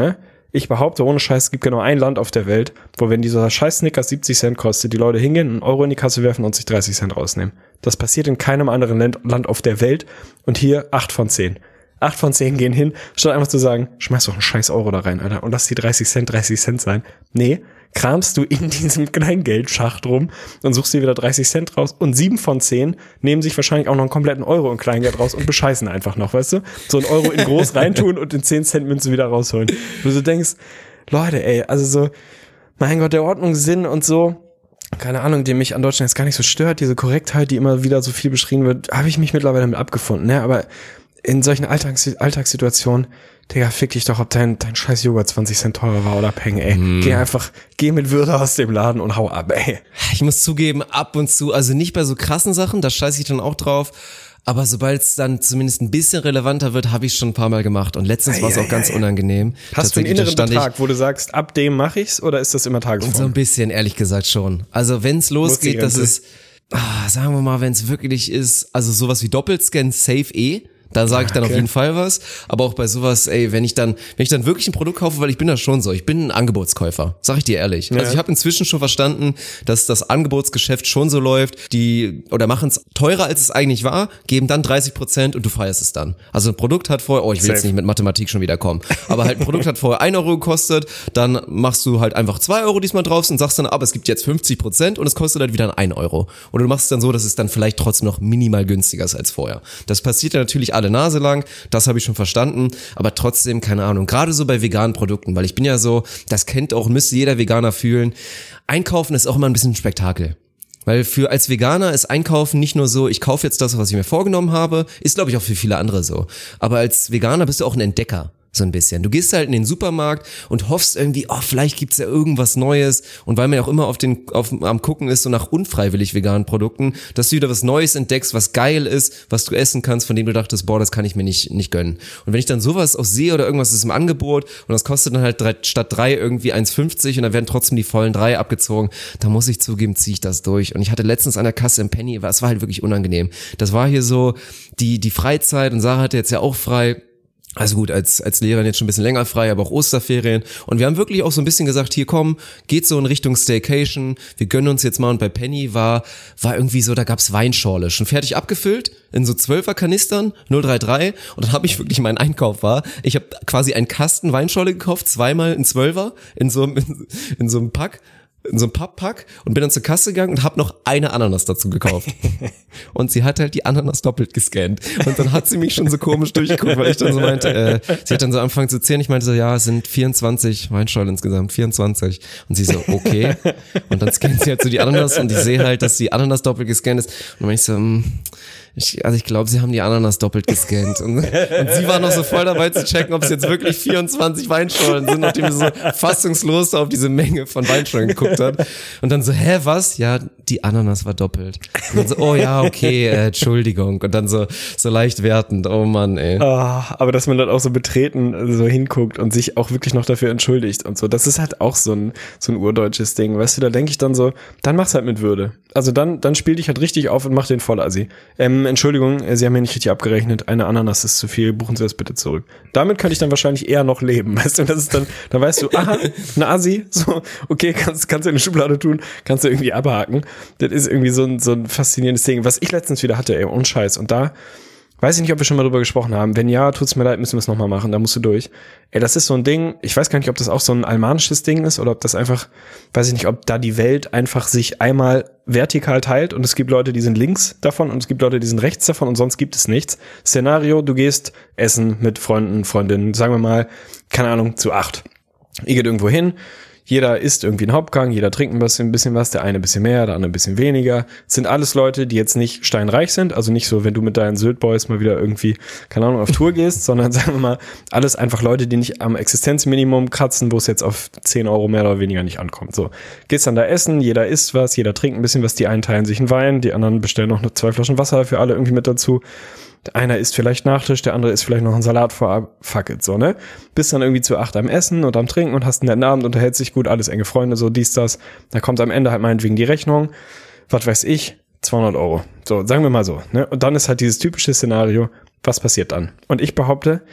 Ich behaupte, ohne Scheiß, es gibt genau ein Land auf der Welt, wo wenn dieser scheiß Snickers siebzig Cent kostet, die Leute hingehen, einen Euro in die Kasse werfen und sich dreißig Cent rausnehmen. Das passiert in keinem anderen Land, Land auf der Welt und hier acht von zehn. Acht von zehn gehen hin, statt einfach zu sagen, schmeiß doch einen scheiß Euro da rein, Alter, und lass die dreißig Cent dreißig Cent sein. Nee, kramst du in diesem Kleingeldschacht rum und suchst dir wieder dreißig Cent raus und sieben von zehn nehmen sich wahrscheinlich auch noch einen kompletten Euro in Kleingeld raus und bescheißen einfach noch, weißt du? So einen Euro in groß reintun und in zehn Cent Münze wieder rausholen. Wo du so denkst, Leute, ey, also so, mein Gott, der Ordnung, Sinn und so, keine Ahnung, die mich an Deutschland jetzt gar nicht so stört, diese Korrektheit, die immer wieder so viel beschrieben wird, habe ich mich mittlerweile damit abgefunden, ne, aber in solchen Alltags- Alltagssituationen, Digga, fick dich doch, ob dein, dein scheiß Joghurt zwanzig Cent teurer war oder Peng, ey. Mm. Geh einfach, geh mit Würde aus dem Laden und hau ab, ey. Ich muss zugeben, ab und zu, also nicht bei so krassen Sachen, da scheiße ich dann auch drauf, aber sobald es dann zumindest ein bisschen relevanter wird, habe ich schon ein paar Mal gemacht und letztens war es auch ganz unangenehm. Hast du einen inneren Betrag, wo du sagst, ab dem mache ich's oder ist das immer Tagesform? So ein bisschen, ehrlich gesagt schon. Also wenn es losgeht, das ist, ah, sagen wir mal, wenn es wirklich ist, also sowas wie Doppelscan, safe eh. Da sage ich dann okay. Auf jeden Fall was, aber auch bei sowas, ey, wenn ich dann, wenn ich dann wirklich ein Produkt kaufe, weil ich bin da schon so, ich bin ein Angebotskäufer, sag ich dir ehrlich. Ja. Also ich habe inzwischen schon verstanden, dass das Angebotsgeschäft schon so läuft, die oder machen es teurer, als es eigentlich war, geben dann dreißig Prozent und du feierst es dann. Also ein Produkt hat vorher, oh, ich will Safe. Jetzt nicht mit Mathematik schon wieder kommen, aber halt ein Produkt hat vorher ein Euro gekostet, dann machst du halt einfach zwei Euro diesmal drauf und sagst dann, aber es gibt jetzt fünfzig Prozent und es kostet halt wieder ein Euro. Oder du machst es dann so, dass es dann vielleicht trotzdem noch minimal günstiger ist als vorher. Das passiert ja natürlich alle Nase lang, das habe ich schon verstanden, aber trotzdem, keine Ahnung, gerade so bei veganen Produkten, weil ich bin ja so, das kennt auch, müsste jeder Veganer fühlen, Einkaufen ist auch immer ein bisschen ein Spektakel. Weil für als Veganer ist Einkaufen nicht nur so, ich kaufe jetzt das, was ich mir vorgenommen habe, ist glaube ich auch für viele andere so. Aber als Veganer bist du auch ein Entdecker. So ein bisschen. Du gehst halt in den Supermarkt und hoffst irgendwie, oh, vielleicht gibt's ja irgendwas Neues. Und weil man ja auch immer auf den, auf, am Gucken ist, so nach unfreiwillig veganen Produkten, dass du wieder was Neues entdeckst, was geil ist, was du essen kannst, von dem du dachtest, boah, das kann ich mir nicht, nicht gönnen. Und wenn ich dann sowas auch sehe oder irgendwas ist im Angebot und das kostet dann halt drei, statt drei irgendwie eins fünfzig und dann werden trotzdem die vollen drei abgezogen, da muss ich zugeben, ziehe ich das durch. Und ich hatte letztens an der Kasse im Penny, es war halt wirklich unangenehm. Das war hier so die, die Freizeit und Sarah hatte jetzt ja auch frei. Also gut, als als Lehrerin jetzt schon ein bisschen länger frei, aber auch Osterferien. Und wir haben wirklich auch so ein bisschen gesagt, hier komm, geht so in Richtung Staycation, wir gönnen uns jetzt mal. Und bei Penny war war irgendwie so, da gab's Weinschorle, schon fertig abgefüllt, in so zwölfer Kanistern, null drei drei. Und dann habe ich wirklich, mein Einkauf war, ich habe quasi einen Kasten Weinschorle gekauft, zweimal in Zwölfer, in so, in, in so einem Pack. in so einem Papppack und bin dann zur Kasse gegangen und habe noch eine Ananas dazu gekauft. Und sie hat halt die Ananas doppelt gescannt. Und dann hat sie mich schon so komisch durchgeguckt, weil ich dann so meinte, äh, sie hat dann so angefangen zu zählen. Ich meinte so, ja, es sind vierundzwanzig Weinschorle insgesamt, vierundzwanzig. Und sie so, okay. Und dann scannt sie halt so die Ananas und ich sehe halt, dass die Ananas doppelt gescannt ist. Und dann meinte ich so, mh, Ich, also ich glaube, sie haben die Ananas doppelt gescannt. Und, und sie war noch so voll dabei zu checken, ob es jetzt wirklich vierundzwanzig Weinschollen sind, nachdem sie so fassungslos auf diese Menge von Weinschollen geguckt hat. Und dann so, hä, was? Ja, die Ananas war doppelt. Und dann so, oh ja, okay, äh, Entschuldigung. Und dann so so leicht wertend, oh Mann, ey. Oh, aber dass man dann auch so betreten so hinguckt und sich auch wirklich noch dafür entschuldigt und so, das ist halt auch so ein so ein urdeutsches Ding, weißt du, da denke ich dann so, dann mach's halt mit Würde. Also dann dann spiel dich halt richtig auf und mach den Vollassi. Ähm, Entschuldigung, Sie haben mir nicht richtig abgerechnet, eine Ananas ist zu viel, buchen Sie das bitte zurück. Damit könnte ich dann wahrscheinlich eher noch leben, weißt du, das ist dann, dann weißt du, aha, eine Assi, so, okay, kannst, kannst du in eine Schublade tun, kannst du irgendwie abhaken. Das ist irgendwie so ein, so ein faszinierendes Ding, was ich letztens wieder hatte, ey, ohne Scheiß. Und da weiß ich nicht, ob wir schon mal drüber gesprochen haben. Wenn ja, tut's mir leid, müssen wir es nochmal machen, da musst du durch. Ey, das ist so ein Ding, ich weiß gar nicht, ob das auch so ein almanisches Ding ist oder ob das einfach, weiß ich nicht, ob da die Welt einfach sich einmal vertikal teilt und es gibt Leute, die sind links davon und es gibt Leute, die sind rechts davon und sonst gibt es nichts. Szenario, du gehst essen mit Freunden, Freundinnen, sagen wir mal, keine Ahnung, zu acht. Ihr geht irgendwo hin, jeder isst irgendwie einen Hauptgang, jeder trinkt ein bisschen, ein bisschen was, der eine ein bisschen mehr, der andere ein bisschen weniger. Das sind alles Leute, die jetzt nicht steinreich sind, also nicht so, wenn du mit deinen Sylt-Boys mal wieder irgendwie, keine Ahnung, auf Tour gehst, sondern sagen wir mal, alles einfach Leute, die nicht am Existenzminimum kratzen, wo es jetzt auf zehn Euro mehr oder weniger nicht ankommt. So, gehst dann da essen, jeder isst was, jeder trinkt ein bisschen was, die einen teilen sich einen Wein, die anderen bestellen noch zwei Flaschen Wasser für alle irgendwie mit dazu. Einer isst vielleicht Nachtisch, der andere isst vielleicht noch einen Salat vor, fuck it, so, ne? Bist dann irgendwie zu acht am Essen und am Trinken und hast einen netten Abend, unterhältst dich gut, alles enge Freunde, so dies, das. Da kommt am Ende halt meinetwegen die Rechnung, was weiß ich, zweihundert Euro. So, sagen wir mal so, ne? Und dann ist halt dieses typische Szenario, was passiert dann? Und ich behaupte,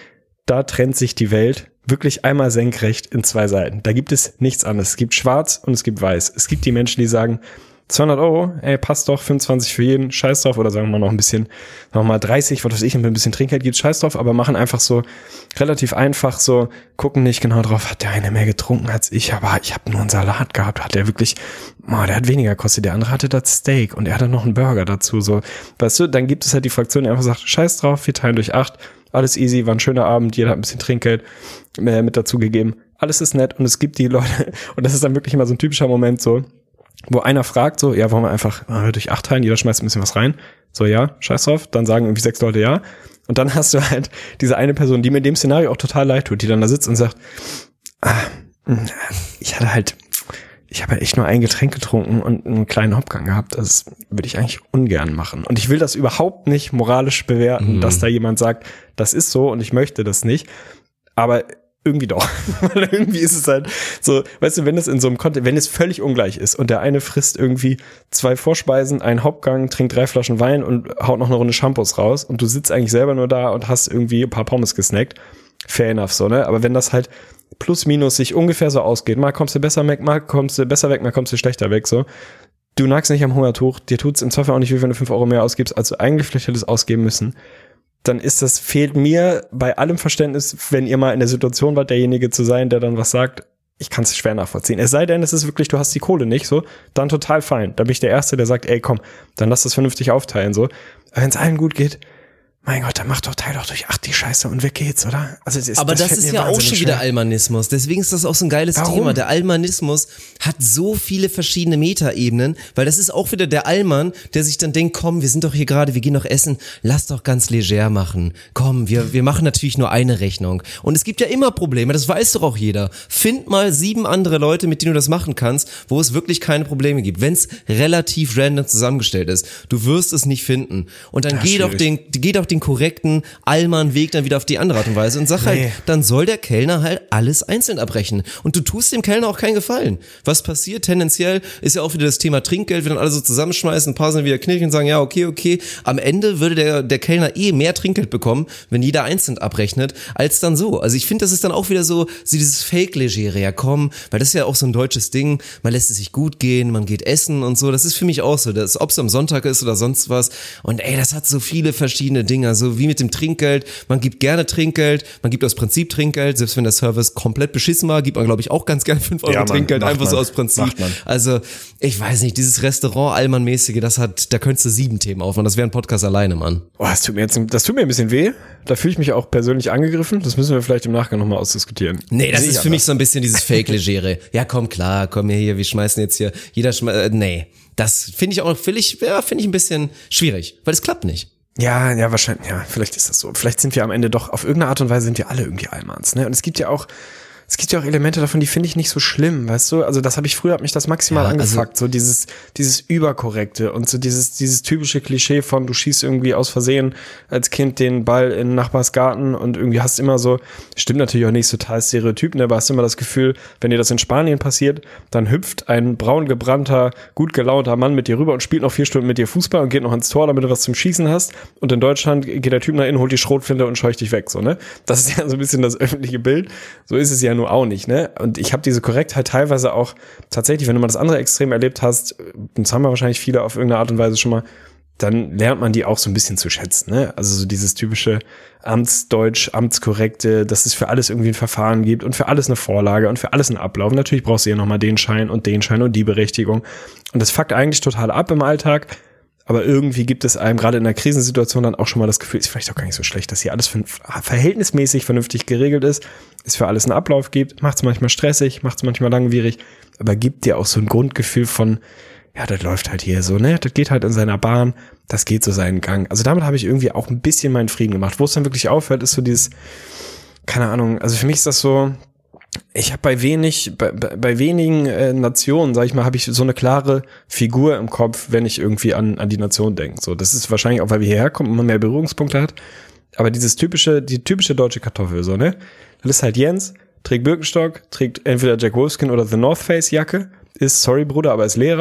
da trennt sich die Welt wirklich einmal senkrecht in zwei Seiten. Da gibt es nichts anderes. Es gibt schwarz und es gibt weiß. Es gibt die Menschen, die sagen, zweihundert Euro, ey, passt doch, fünfundzwanzig für jeden, scheiß drauf, oder sagen wir mal noch ein bisschen, noch mal dreißig, was weiß ich, mit ein bisschen Trinkgeld gibt's, scheiß drauf, aber machen einfach so relativ einfach so, gucken nicht genau drauf, hat der eine mehr getrunken als ich, aber ich habe nur einen Salat gehabt, hat der wirklich, oh, der hat weniger gekostet, der andere hatte das Steak und er hatte noch einen Burger dazu, so, weißt du, dann gibt es halt die Fraktion, die einfach sagt, scheiß drauf, wir teilen durch acht, alles easy, war ein schöner Abend, jeder hat ein bisschen Trinkgeld äh, mit dazu gegeben, alles ist nett und es gibt die Leute, und das ist dann wirklich immer so ein typischer Moment so, wo einer fragt so, ja, wollen wir einfach äh, durch acht teilen, jeder schmeißt ein bisschen was rein. So, ja, scheiß drauf. Dann sagen irgendwie sechs Leute ja. Und dann hast du halt diese eine Person, die mir in dem Szenario auch total leid tut, die dann da sitzt und sagt, ah, ich hatte halt, ich habe halt echt nur ein Getränk getrunken und einen kleinen Hauptgang gehabt. Das würde ich eigentlich ungern machen. Und ich will das überhaupt nicht moralisch bewerten, mhm. dass da jemand sagt, das ist so und ich möchte das nicht. Aber irgendwie doch. Weil irgendwie ist es halt so, weißt du, wenn es in so einem Kontext, wenn es völlig ungleich ist und der eine frisst irgendwie zwei Vorspeisen, einen Hauptgang, trinkt drei Flaschen Wein und haut noch eine Runde Shampoos raus und du sitzt eigentlich selber nur da und hast irgendwie ein paar Pommes gesnackt, fair enough, so, ne? Aber wenn das halt plus minus sich ungefähr so ausgeht, mal kommst du besser weg, mal kommst du besser weg, mal kommst du schlechter weg, so. Du nagst nicht am Hungertuch, dir tut's im Zweifel auch nicht weh, wenn du fünf Euro mehr ausgibst, als du eigentlich vielleicht hättest ausgeben müssen. Dann ist das, fehlt mir bei allem Verständnis, wenn ihr mal in der Situation wart, derjenige zu sein, der dann was sagt, ich kann es schwer nachvollziehen. Es sei denn, es ist wirklich, du hast die Kohle nicht, so, dann total fein. Da bin ich der Erste, der sagt, ey, komm, dann lass das vernünftig aufteilen, so. Wenn es allen gut geht, mein Gott, dann mach doch, teil doch durch acht die Scheiße und weg geht's, oder? Also das ist, aber das, das ist ja auch schon wieder Almanismus. Deswegen ist das auch so ein geiles Warum? Thema. Der Almanismus hat so viele verschiedene Metaebenen, weil das ist auch wieder der Allmann, der sich dann denkt, komm, wir sind doch hier gerade, wir gehen noch essen, lass doch ganz leger machen. Komm, wir wir machen natürlich nur eine Rechnung. Und es gibt ja immer Probleme, das weiß doch auch jeder. Find mal sieben andere Leute, mit denen du das machen kannst, wo es wirklich keine Probleme gibt. Wenn es relativ random zusammengestellt ist, du wirst es nicht finden. Und dann ja, geh doch den, geh doch den den korrekten Allmann-Weg dann wieder auf die andere Art und Weise und sag halt, nee. dann soll der Kellner halt alles einzeln abrechnen. Und du tust dem Kellner auch keinen Gefallen. Was passiert tendenziell, ist ja auch wieder das Thema Trinkgeld, wir dann alle so zusammenschmeißen, ein paar sind wieder knifflig und sagen, ja, okay, okay. Am Ende würde der, der Kellner eh mehr Trinkgeld bekommen, wenn jeder einzeln abrechnet, als dann so. Also ich finde, das ist dann auch wieder so, so dieses Fake-Legere, ja komm, weil das ist ja auch so ein deutsches Ding, man lässt es sich gut gehen, man geht essen und so, das ist für mich auch so, das, ob es am Sonntag ist oder sonst was. Und ey, das hat so viele verschiedene Dinge. Also wie mit dem Trinkgeld, man gibt gerne Trinkgeld, man gibt aus Prinzip Trinkgeld, selbst wenn der Service komplett beschissen war, gibt man glaube ich auch ganz gerne fünf Euro ja, Trinkgeld, einfach man. so aus Prinzip. Also ich weiß nicht, dieses Restaurant Allmann-mäßige, das hat, da könntest du sieben Themen aufmachen, das wäre ein Podcast alleine, Mann. Oh, das tut mir jetzt, das tut mir ein bisschen weh, da fühle ich mich auch persönlich angegriffen, das müssen wir vielleicht im Nachgang nochmal ausdiskutieren. Nee, das ist für mich so ein bisschen dieses Fake-Legere. Ja komm, klar, komm hier, hier, wir schmeißen jetzt hier, jeder schmeißt, äh, nee. Das finde ich auch, finde ich, ja, finde ich ein bisschen schwierig, weil es klappt nicht. Ja, ja, wahrscheinlich, ja, vielleicht ist das so. Vielleicht sind wir am Ende doch, auf irgendeine Art und Weise sind wir alle irgendwie Allmanns, ne? Und es gibt ja auch, es gibt ja auch Elemente davon, die finde ich nicht so schlimm, weißt du? Also das habe ich früher, hat mich das maximal ja, angefuckt, also so dieses dieses Überkorrekte und so dieses dieses typische Klischee von, du schießt irgendwie aus Versehen als Kind den Ball in den Nachbarsgarten und irgendwie hast immer so, stimmt natürlich auch nicht, so total Stereotyp, ne? Aber hast immer das Gefühl, wenn dir das in Spanien passiert, dann hüpft ein braun gebrannter, gut gelaunter Mann mit dir rüber und spielt noch vier Stunden mit dir Fußball und geht noch ans Tor, damit du was zum Schießen hast. Und in Deutschland geht der Typ nach innen, holt die Schrotflinte und scheucht dich weg, so, ne? Das ist ja so ein bisschen das öffentliche Bild. So ist es ja nur auch nicht, ne? Und ich habe diese Korrektheit teilweise auch tatsächlich, wenn du mal das andere Extrem erlebt hast, das haben wir wahrscheinlich viele auf irgendeine Art und Weise schon mal, dann lernt man die auch so ein bisschen zu schätzen, ne? Also so dieses typische Amtsdeutsch, Amtskorrekte, dass es für alles irgendwie ein Verfahren gibt und für alles eine Vorlage und für alles einen Ablauf. Natürlich brauchst du ja nochmal den Schein und den Schein und die Berechtigung. Und das fuckt eigentlich total ab im Alltag. Aber irgendwie gibt es einem gerade in einer Krisensituation dann auch schon mal das Gefühl, ist vielleicht auch gar nicht so schlecht, dass hier alles verhältnismäßig vernünftig geregelt ist, es für alles einen Ablauf gibt, macht es manchmal stressig, macht es manchmal langwierig, aber gibt dir auch so ein Grundgefühl von, ja, das läuft halt hier so, ne, das geht halt in seiner Bahn, das geht so seinen Gang. Also damit habe ich irgendwie auch ein bisschen meinen Frieden gemacht. Wo es dann wirklich aufhört, ist so dieses, keine Ahnung, also für mich ist das so, ich habe bei wenig, bei, bei wenigen äh, Nationen, sag ich mal, habe ich so eine klare Figur im Kopf, wenn ich irgendwie an an die Nation denke. So, das ist wahrscheinlich auch, weil wir hierher kommen und man mehr Berührungspunkte hat. Aber dieses typische, die typische deutsche Kartoffel, so, ne? Das ist halt Jens, trägt Birkenstock, trägt entweder Jack Wolfskin oder The North Face Jacke, ist, sorry Bruder, aber ist Lehrer,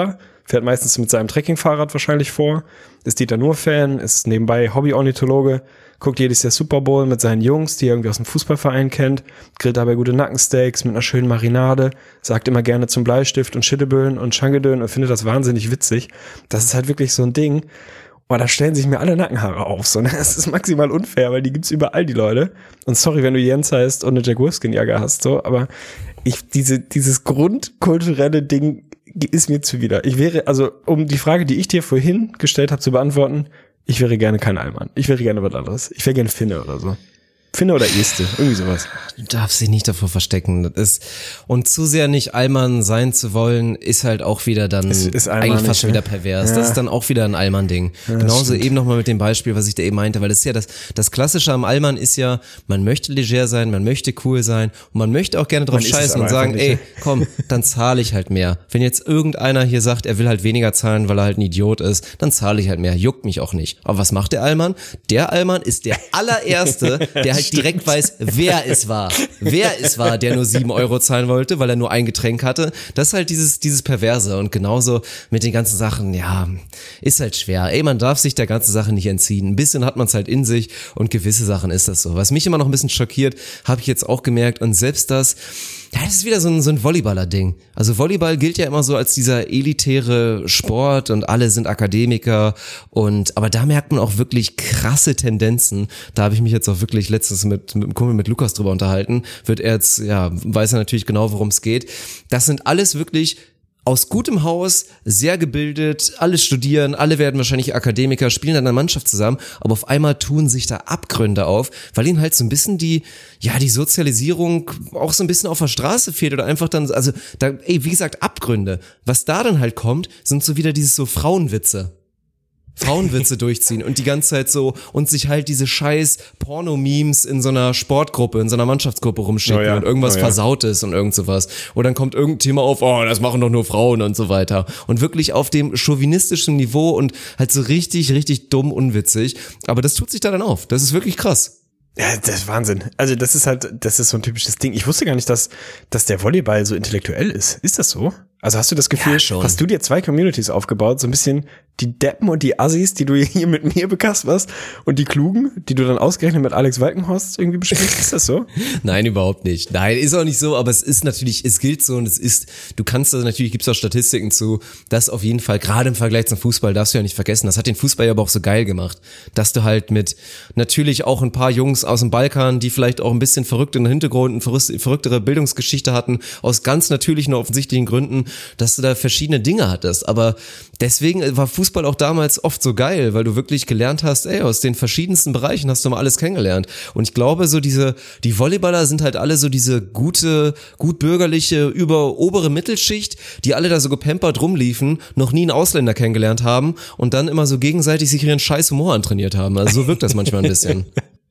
fährt meistens mit seinem Trekkingfahrrad wahrscheinlich vor, ist Dieter Nuhr-Fan, ist nebenbei Hobby-Ornithologe, guckt jedes Jahr Super Bowl mit seinen Jungs, die er irgendwie aus dem Fußballverein kennt, grillt dabei gute Nackensteaks mit einer schönen Marinade, sagt immer gerne zum Bleistift und Schitteböen und Schangedön und findet das wahnsinnig witzig. Das ist halt wirklich so ein Ding. Oh, da stellen sich mir alle Nackenhaare auf. So, ne? Das ist maximal unfair, weil die gibt's überall, die Leute. Und sorry, wenn du Jens heißt und eine Jack Wolfskin-Jacke hast, so, aber ich, diese, dieses grundkulturelle Ding ist mir zuwider. Ich wäre, also, um die Frage, die ich dir vorhin gestellt habe, zu beantworten, ich wäre gerne kein Allmann. Ich wäre gerne was anderes. Ich wäre gerne Finne oder so. Finne oder Este, irgendwie sowas. Du darfst dich nicht davor verstecken. Das ist, und zu sehr nicht Allmann sein zu wollen, ist halt auch wieder dann ist eigentlich fast schon ne? wieder pervers. Ja. Das ist dann auch wieder ein Allmann-Ding. Ja, Genauso stimmt. eben nochmal mit dem Beispiel, was ich da eben meinte, weil das ist ja das, das Klassische am Allmann ist ja, man möchte leger sein, man möchte cool sein und man möchte auch gerne drauf Man ist es scheißen aber und sagen, einfach nicht. ey, komm, dann zahle ich halt mehr. Wenn jetzt irgendeiner hier sagt, er will halt weniger zahlen, weil er halt ein Idiot ist, dann zahle ich halt mehr. Juckt mich auch nicht. Aber was macht der Allmann? Der Allmann ist der allererste, der halt direkt weiß, wer es war. Wer es war, der nur sieben Euro zahlen wollte, weil er nur ein Getränk hatte. Das ist halt dieses, dieses Perverse. Und genauso mit den ganzen Sachen, ja, ist halt schwer. Ey, man darf sich der ganzen Sache nicht entziehen. Ein bisschen hat man es halt in sich und gewisse Sachen ist das so. Was mich immer noch ein bisschen schockiert, habe ich jetzt auch gemerkt. Und selbst das, ja, das ist wieder so ein, so ein Volleyballer-Ding. Also Volleyball gilt ja immer so als dieser elitäre Sport und alle sind Akademiker und, aber da merkt man auch wirklich krasse Tendenzen. Da habe ich mich jetzt auch wirklich letztens mit, mit einem Kumpel, mit Lukas drüber unterhalten. Wird er jetzt, ja, weiß er natürlich genau, worum es geht. Das sind alles wirklich aus gutem Haus, sehr gebildet, alle studieren, alle werden wahrscheinlich Akademiker, spielen dann in einer Mannschaft zusammen, aber auf einmal tun sich da Abgründe auf, weil ihnen halt so ein bisschen die, ja, die Sozialisierung auch so ein bisschen auf der Straße fehlt oder einfach dann, also da, ey, wie gesagt, Abgründe. Was da dann halt kommt, sind so wieder dieses so Frauenwitze. Frauenwitze durchziehen und die ganze Zeit so und sich halt diese scheiß Porno-Memes in so einer Sportgruppe, in so einer Mannschaftsgruppe rumschicken Oh ja, und irgendwas oh ja. versaut ist und irgend sowas. Oder dann kommt irgendein Thema auf, oh, das machen doch nur Frauen und so weiter. Und wirklich auf dem chauvinistischen Niveau und halt so richtig, richtig dumm unwitzig. Aber das tut sich da dann auf. Das ist wirklich krass. Ja, das ist Wahnsinn. Also das ist halt, das ist so ein typisches Ding. Ich wusste gar nicht, dass, dass der Volleyball so intellektuell ist. Ist das so? Also hast du das Gefühl, Ja, schon. hast du dir zwei Communities aufgebaut, so ein bisschen die Deppen und die Assis, die du hier mit mir bekasperst und die Klugen, die du dann ausgerechnet mit Alex Walkenhorst irgendwie besprichst? Ist das so? Nein, überhaupt nicht. Nein, ist auch nicht so, aber es ist natürlich, es gilt so und es ist, du kannst da natürlich, gibt's auch Statistiken zu, dass auf jeden Fall, gerade im Vergleich zum Fußball, darfst du ja nicht vergessen, das hat den Fußball ja aber auch so geil gemacht, dass du halt mit natürlich auch ein paar Jungs aus dem Balkan, die vielleicht auch ein bisschen verrückten Hintergrund, eine verrücktere Bildungsgeschichte hatten, aus ganz natürlichen und offensichtlichen Gründen, dass du da verschiedene Dinge hattest, aber deswegen war Fußball auch damals oft so geil, weil du wirklich gelernt hast, ey, aus den verschiedensten Bereichen hast du mal alles kennengelernt. Und ich glaube, so diese, die Volleyballer sind halt alle so diese gute, gut bürgerliche, über obere Mittelschicht, die alle da so gepampert rumliefen, noch nie einen Ausländer kennengelernt haben und dann immer so gegenseitig sich ihren scheiß Humor antrainiert haben. Also so wirkt das manchmal ein bisschen.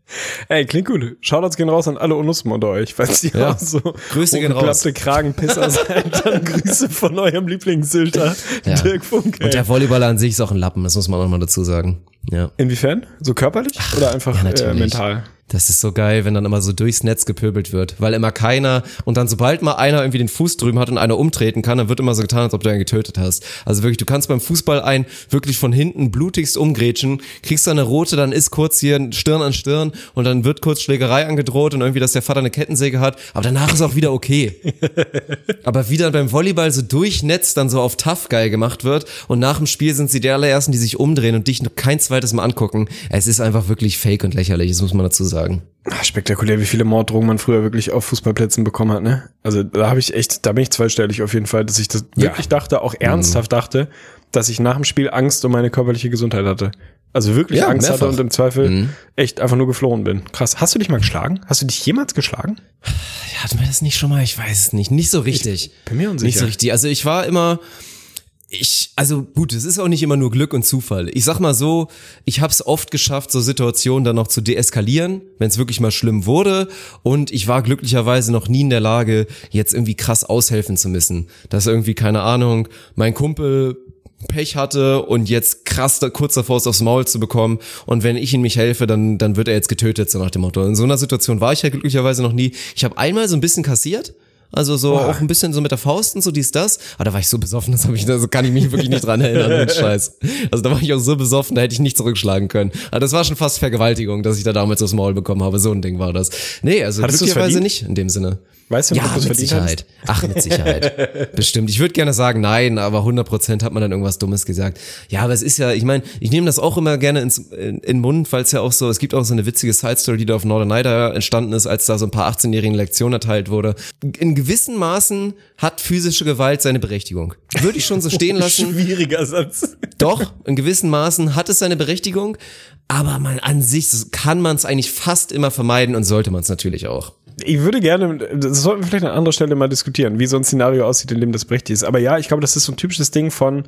Ey, klingt gut. Shoutouts gehen raus an alle Unuspen unter euch. Falls ihr Ja. auch so Grüße gehen raus. hochgeklappte Kragenpisser seid, dann Grüße von eurem Lieblingssylter, Ja. Dirk Funke. Und der Volleyballer an sich ist auch ein Lappen, das muss man auch mal dazu sagen. Ja. Inwiefern? So körperlich oder einfach Ja, äh, natürlich. mental? Das ist so geil, wenn dann immer so durchs Netz gepöbelt wird, weil immer keiner und dann sobald mal einer irgendwie den Fuß drüben hat und einer umtreten kann, dann wird immer so getan, als ob du einen getötet hast. Also wirklich, du kannst beim Fußball einen wirklich von hinten blutigst umgrätschen, kriegst dann eine rote, dann ist kurz hier Stirn an Stirn und dann wird kurz Schlägerei angedroht und irgendwie, dass der Vater eine Kettensäge hat, aber danach ist auch wieder okay. Aber wie dann beim Volleyball so durch Netz dann so auf tough geil gemacht wird und nach dem Spiel sind sie die allerersten, die sich umdrehen und dich noch kein zweites Mal angucken. Es ist einfach wirklich fake und lächerlich, das muss man dazu sagen. Ach, spektakulär, wie viele Morddrohungen man früher wirklich auf Fußballplätzen bekommen hat, ne? Also da habe ich echt, da bin ich zweistellig auf jeden Fall, dass ich das Ja. wirklich dachte, auch ernsthaft mhm. dachte, dass ich nach dem Spiel Angst um meine körperliche Gesundheit hatte. Also wirklich Ja, Angst mehrfach. hatte und im Zweifel Mhm. echt einfach nur geflohen bin. Krass. Hast du dich mal geschlagen? Hast du dich jemals geschlagen? Ja, hatten wir das nicht schon mal? Ich weiß es nicht. Nicht so richtig. bin mir unsicher. Nicht so richtig. Also ich war immer, ich, also gut, es ist auch nicht immer nur Glück und Zufall. Ich sag mal so, ich habe es oft geschafft, so Situationen dann noch zu deeskalieren, wenn es wirklich mal schlimm wurde. Und ich war glücklicherweise noch nie in der Lage, jetzt irgendwie krass aushelfen zu müssen. Dass irgendwie, keine Ahnung, mein Kumpel Pech hatte und jetzt krass da, kurz davor ist, aufs Maul zu bekommen und wenn ich ihm nicht helfe, dann dann wird er jetzt getötet, so nach dem Motto. In so einer Situation war ich ja glücklicherweise noch nie. Ich habe einmal so ein bisschen kassiert, Also so Boah. auch ein bisschen so mit der Faust und so dies, das. Aber da war ich so besoffen, das, hab ich, das kann ich mich wirklich nicht dran erinnern. Und Scheiß. Also da war ich auch so besoffen, da hätte ich nicht zurückschlagen können. Aber das war schon fast Vergewaltigung, dass ich da damals aufs Maul bekommen habe. So ein Ding war das. Nee, also Hattest du's glücklicherweise verdient? nicht in dem Sinne. Weißt du, Ja, ob du es mit verdient Sicherheit. Ach, mit Sicherheit. Bestimmt. Ich würde gerne sagen nein, aber hundert Prozent hat man dann irgendwas Dummes gesagt. Ja, aber es ist ja, ich meine, ich nehme das auch immer gerne ins, in, in den Mund, weil es ja auch so, es gibt auch so eine witzige Side-Story, die da auf Norderney entstanden ist, als da so ein paar achtzehnjährigen Lektionen erteilt wurde. In gewissen Maßen hat physische Gewalt seine Berechtigung. Würde ich schon so stehen lassen. Schwieriger Satz. Doch, in gewissen Maßen hat es seine Berechtigung, aber man an sich kann man es eigentlich fast immer vermeiden und sollte man es natürlich auch. Ich würde gerne, das sollten wir vielleicht an anderer Stelle mal diskutieren, wie so ein Szenario aussieht, in dem das berechtigt ist. Aber ja, ich glaube, das ist so ein typisches Ding von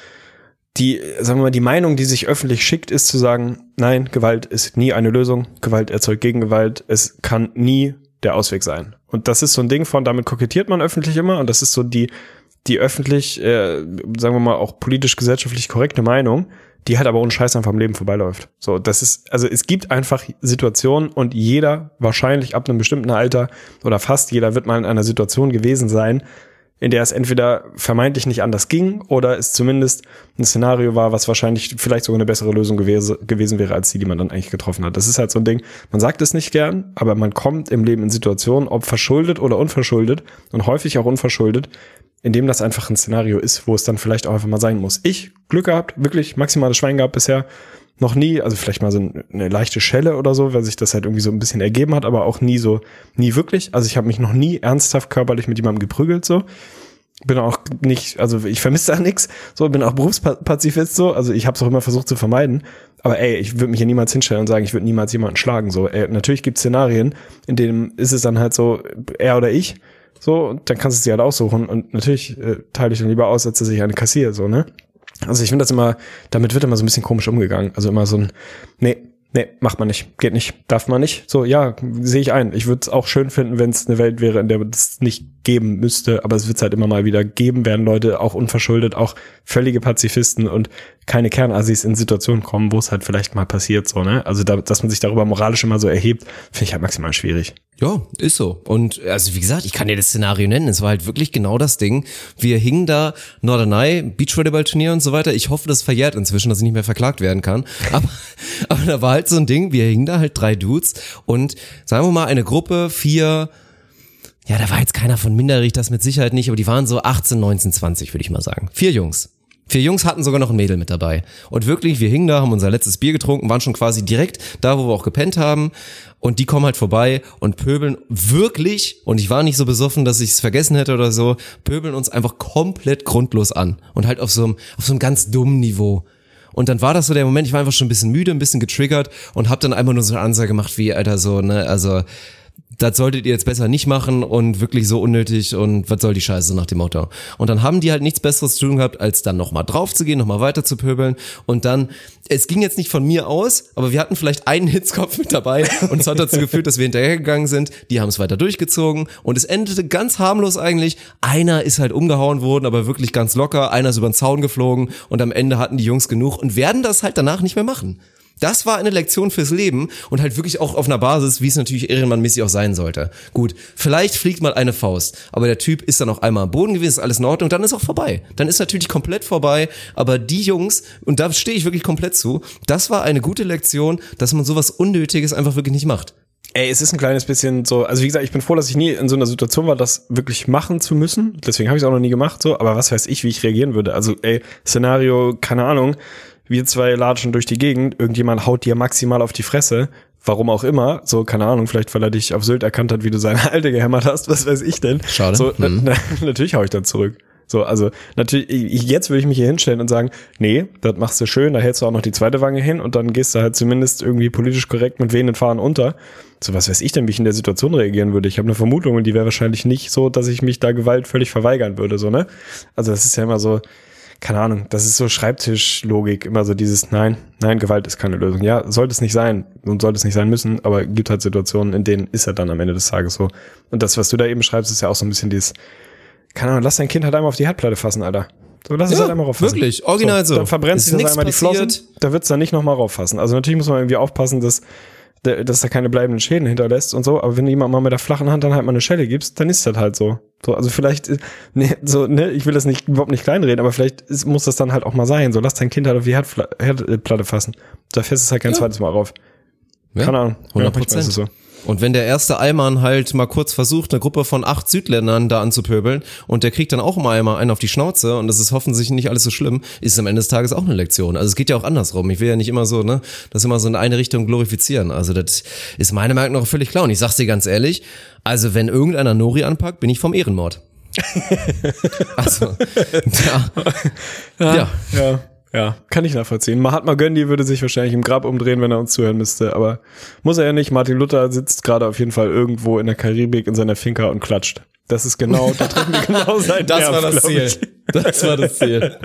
die, sagen wir mal, die Meinung, die sich öffentlich schickt, ist zu sagen, nein, Gewalt ist nie eine Lösung. Gewalt erzeugt Gegengewalt. Es kann nie der Ausweg sein. Und das ist so ein Ding von, damit kokettiert man öffentlich immer. Und das ist so die, die öffentlich, äh, sagen wir mal, auch politisch gesellschaftlich korrekte Meinung, die halt aber ohne Scheiß einfach am Leben vorbeiläuft. So, das ist, also es gibt einfach Situationen und jeder wahrscheinlich ab einem bestimmten Alter oder fast jeder wird mal in einer Situation gewesen sein, in der es entweder vermeintlich nicht anders ging oder es zumindest ein Szenario war, was wahrscheinlich vielleicht sogar eine bessere Lösung gewesen, gewesen wäre, als die, die man dann eigentlich getroffen hat. Das ist halt so ein Ding, man sagt es nicht gern, aber man kommt im Leben in Situationen, ob verschuldet oder unverschuldet und häufig auch unverschuldet, in dem das einfach ein Szenario ist, wo es dann vielleicht auch einfach mal sein muss. Ich, Glück gehabt, wirklich maximales Schwein gehabt bisher, noch nie, also vielleicht mal so eine leichte Schelle oder so, weil sich das halt irgendwie so ein bisschen ergeben hat, aber auch nie so, nie wirklich. Also ich habe mich noch nie ernsthaft körperlich mit jemandem geprügelt, so. Bin auch nicht, also ich vermisse da nichts, so, bin auch Berufspazifist, so, also ich habe es auch immer versucht zu vermeiden, aber ey, ich würde mich hier niemals hinstellen und sagen, ich würde niemals jemanden schlagen, so. Ey, natürlich gibt es Szenarien, in denen ist es dann halt so, er oder ich, so, und dann kannst du es dir halt aussuchen und natürlich äh, teile ich dann lieber aus, als dass ich eine kassiere, so, ne? Also ich finde das immer, damit wird immer so ein bisschen komisch umgegangen. Also immer so ein, nee, nee, macht man nicht, geht nicht, darf man nicht. So, ja, sehe ich ein. Ich würde es auch schön finden, wenn es eine Welt wäre, in der es nicht geben müsste, aber es wird es halt immer mal wieder geben, werden Leute auch unverschuldet, auch völlige Pazifisten und keine Kernassis in Situationen kommen, wo es halt vielleicht mal passiert, so, ne? Also da, dass man sich darüber moralisch immer so erhebt, finde ich halt maximal schwierig. Ja, ist so. Und also wie gesagt, ich kann dir das Szenario nennen. Es war halt wirklich genau das Ding. Wir hingen da, Norderney, Beachvolleyball-Turnier und so weiter. Ich hoffe, das verjährt inzwischen, dass ich nicht mehr verklagt werden kann. Aber, aber da war halt so ein Ding, wir hingen da halt drei Dudes und sagen wir mal eine Gruppe, vier, ja, da war jetzt keiner von minderjährig, das mit Sicherheit nicht, aber die waren so achtzehn, neunzehn, zwanzig, würde ich mal sagen. Vier Jungs. Vier Jungs hatten sogar noch ein Mädel mit dabei. Und wirklich, wir hingen da, haben unser letztes Bier getrunken, waren schon quasi direkt da, wo wir auch gepennt haben. Und die kommen halt vorbei und pöbeln wirklich, und ich war nicht so besoffen, dass ich es vergessen hätte oder so, pöbeln uns einfach komplett grundlos an. Und halt auf so einem, auf so einem ganz dummen Niveau. Und dann war das so der Moment, ich war einfach schon ein bisschen müde, ein bisschen getriggert und hab dann einfach nur so eine Ansage gemacht wie, Alter, so, ne, also das solltet ihr jetzt besser nicht machen und wirklich so unnötig und was soll die Scheiße, so nach dem Motto. Und dann haben die halt nichts Besseres zu tun gehabt, als dann nochmal drauf zu gehen, nochmal weiter zu pöbeln und dann, es ging jetzt nicht von mir aus, aber wir hatten vielleicht einen Hitzkopf mit dabei und es hat dazu geführt, dass wir hinterhergegangen sind, die haben es weiter durchgezogen und es endete ganz harmlos eigentlich, einer ist halt umgehauen worden, aber wirklich ganz locker, einer ist über den Zaun geflogen und am Ende hatten die Jungs genug und werden das halt danach nicht mehr machen. Das war eine Lektion fürs Leben und halt wirklich auch auf einer Basis, wie es natürlich ehrenmannmäßig auch sein sollte. Gut, vielleicht fliegt mal eine Faust, aber der Typ ist dann auch einmal am Boden gewesen, ist alles in Ordnung, dann ist auch vorbei. Dann ist natürlich komplett vorbei, aber die Jungs, und da stehe ich wirklich komplett zu, das war eine gute Lektion, dass man sowas Unnötiges einfach wirklich nicht macht. Ey, es ist ein kleines bisschen so, also wie gesagt, ich bin froh, dass ich nie in so einer Situation war, das wirklich machen zu müssen. Deswegen habe ich es auch noch nie gemacht, so, aber was weiß ich, wie ich reagieren würde. Also, ey, Szenario, keine Ahnung, wir zwei latschen durch die Gegend, irgendjemand haut dir maximal auf die Fresse, warum auch immer, so, keine Ahnung, vielleicht weil er dich auf Sylt erkannt hat, wie du seine Alte gehämmert hast, was weiß ich denn. Schade. So, mhm. na, na, natürlich hau ich dann zurück. So, also natürlich, ich, jetzt würde ich mich hier hinstellen und sagen, nee, das machst du schön, da hältst du auch noch die zweite Wange hin und dann gehst du halt zumindest irgendwie politisch korrekt mit wehenden Fahnen unter. So, was weiß ich denn, wie ich in der Situation reagieren würde? Ich habe eine Vermutung und die wäre wahrscheinlich nicht so, dass ich mich da Gewalt völlig verweigern würde, so, ne? Also das ist ja immer so, keine Ahnung, das ist so Schreibtischlogik, immer so dieses, nein, nein, Gewalt ist keine Lösung. Ja, sollte es nicht sein und sollte es nicht sein müssen, aber gibt halt Situationen, in denen ist er dann am Ende des Tages so. Und das, was du da eben schreibst, ist ja auch so ein bisschen dieses, keine Ahnung, lass dein Kind halt einmal auf die Herdplatte fassen, Alter. So, lass ja, es halt einmal rauffassen. Wirklich, original so. so. Dann verbrennst du das einmal die Flossen, da wird's dann nicht nochmal rauffassen. Also natürlich muss man irgendwie aufpassen, dass dass da keine bleibenden Schäden hinterlässt und so, aber wenn du jemand mal mit der flachen Hand dann halt mal eine Schelle gibst, dann ist das halt so. So, also vielleicht, ne, so, ne, ich will das nicht, überhaupt nicht kleinreden, aber vielleicht ist, muss das dann halt auch mal sein. So, lass dein Kind halt auf die Herdfla- Herdplatte fassen. Da fährst es halt kein ja. zweites Mal rauf. Ja, keine Ahnung. hundert Prozent. Ja, so. Und wenn der erste Allmann halt mal kurz versucht, eine Gruppe von acht Südländern da anzupöbeln und der kriegt dann auch mal einmal einen auf die Schnauze und das ist hoffentlich nicht alles so schlimm, ist es am Ende des Tages auch eine Lektion. Also es geht ja auch andersrum. Ich will ja nicht immer so, ne, das immer so in eine Richtung glorifizieren. Also das ist meiner Meinung nach völlig klar. Und ich sag's dir ganz ehrlich, also wenn irgendeiner Nori anpackt, bin ich vom Ehrenmord. Also, ja. Ja. ja. ja. Ja, kann ich nachvollziehen. Mahatma Gandhi würde sich wahrscheinlich im Grab umdrehen, wenn er uns zuhören müsste, aber muss er ja nicht. Martin Luther sitzt gerade auf jeden Fall irgendwo in der Karibik in seiner Finca und klatscht. Das ist genau, da treffen wir genau sein Das Nerv, war das Ziel. Ich. Das war das Ziel.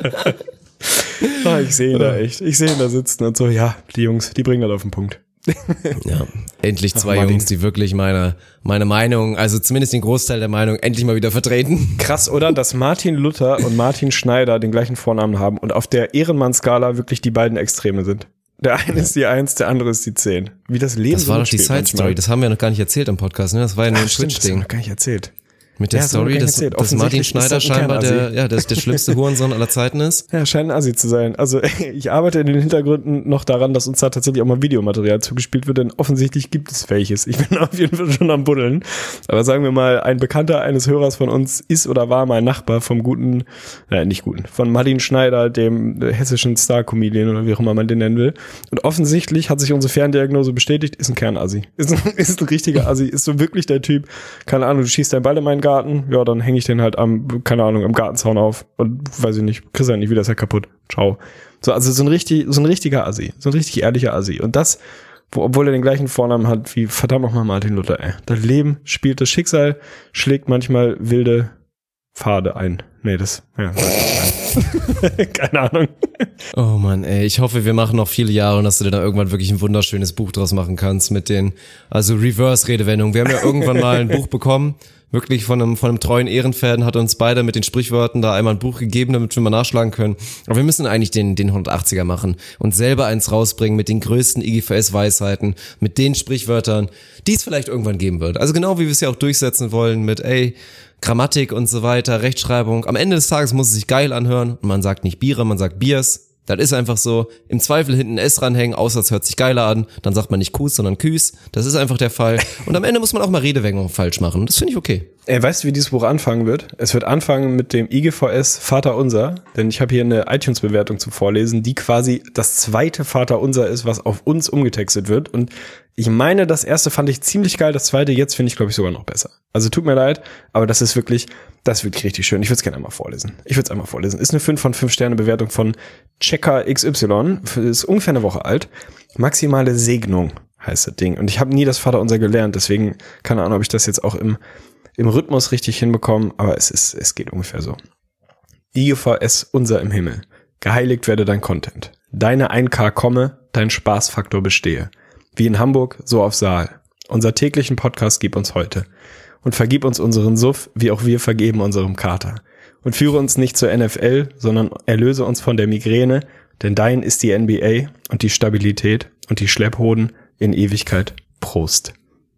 Ah, ich sehe ihn da echt. Ich sehe ihn da sitzen und so, ja, die Jungs, die bringen das auf den Punkt. Ja, endlich zwei Ach, Jungs, die wirklich meine meine Meinung, also zumindest den Großteil der Meinung, endlich mal wieder vertreten. Krass, oder? Dass Martin Luther und Martin Schneider den gleichen Vornamen haben und auf der Ehrenmann-Skala wirklich die beiden Extreme sind. Der eine ja. ist die Eins, der andere ist die Zehn. Wie das Leben Das war doch die Side-Story, das haben wir noch gar nicht erzählt im Podcast, ne? Das war ja nur ein Twitch-Ding. Das haben wir noch gar nicht erzählt. Mit der ja, Story, dass, dass Martin Schneider scheinbar der, ja, der, der schlimmste Hurensohn aller Zeiten ist. Ja, scheint ein Assi zu sein. Also ich arbeite in den Hintergründen noch daran, dass uns da tatsächlich auch mal Videomaterial zugespielt wird, denn offensichtlich gibt es welches. Ich bin auf jeden Fall schon am Buddeln. Aber sagen wir mal, ein Bekannter eines Hörers von uns ist oder war mein Nachbar vom guten, nein, nicht guten, von Martin Schneider, dem hessischen Star-Comedian oder wie auch immer man den nennen will. Und offensichtlich hat sich unsere Ferndiagnose bestätigt, ist ein Kernassi. Ist ein, ist ein richtiger Assi. Ist so wirklich der Typ, keine Ahnung, du schießt deinen Ball in meinen Garten, ja, dann hänge ich den halt am, keine Ahnung, am Gartenzaun auf und weiß ich nicht, kriegst ja nicht wieder, ist ja kaputt. Ciao. So, also so ein richtig, so ein richtiger Assi, so ein richtig ehrlicher Assi. Und das, wo, obwohl er den gleichen Vornamen hat wie verdammt nochmal Martin Luther, ey. Das Leben spielt, das Schicksal schlägt manchmal wilde Pfade ein. Nee, das, ja, keine Ahnung. Oh Mann, ey, ich hoffe, wir machen noch viele Jahre und dass du dir da irgendwann wirklich ein wunderschönes Buch draus machen kannst mit den, also Reverse-Redewendungen. Wir haben ja irgendwann mal ein Buch bekommen, wirklich von einem, von einem treuen Ehrenfan, hat uns beide mit den Sprichwörtern da einmal ein Buch gegeben, damit wir mal nachschlagen können. Aber wir müssen eigentlich den, den hundertachtziger machen und selber eins rausbringen mit den größten I G V S-Weisheiten, mit den Sprichwörtern, die es vielleicht irgendwann geben wird. Also genau wie wir es ja auch durchsetzen wollen mit, ey, Grammatik und so weiter, Rechtschreibung. Am Ende des Tages muss es sich geil anhören und man sagt nicht Biere, man sagt Biers. Das ist einfach so. Im Zweifel hinten ein S dranhängen, außer es hört sich geiler an. Dann sagt man nicht Kuss, sondern Küs. Das ist einfach der Fall. Und am Ende muss man auch mal Redewendungen falsch machen. Das finde ich okay. Ey, weißt du, wie dieses Buch anfangen wird? Es wird anfangen mit dem I G V S Vaterunser, denn ich habe hier eine iTunes-Bewertung zum Vorlesen, die quasi das zweite Vaterunser ist, was auf uns umgetextet wird. Und ich meine, das erste fand ich ziemlich geil, das zweite jetzt finde ich, glaube ich, sogar noch besser. Also tut mir leid, aber das ist wirklich, das ist wirklich richtig schön. Ich würde es gerne einmal vorlesen. Ich würde es einmal vorlesen. Ist eine fünf von fünf Sterne Bewertung von Checker X Y. Ist ungefähr eine Woche alt. Maximale Segnung heißt das Ding. Und ich habe nie das Vaterunser gelernt, deswegen keine Ahnung, ob ich das jetzt auch im im Rhythmus richtig hinbekommen, aber es ist, es geht ungefähr so. I G V S unser im Himmel. Geheiligt werde dein Content. Deine ein K komme, dein Spaßfaktor bestehe. Wie in Hamburg, so auf Saal. Unser täglichen Podcast gib uns heute. Und vergib uns unseren Suff, wie auch wir vergeben unserem Kater. Und führe uns nicht zur N F L, sondern erlöse uns von der Migräne, denn dein ist die N B A und die Stabilität und die Schlepphoden in Ewigkeit. Prost.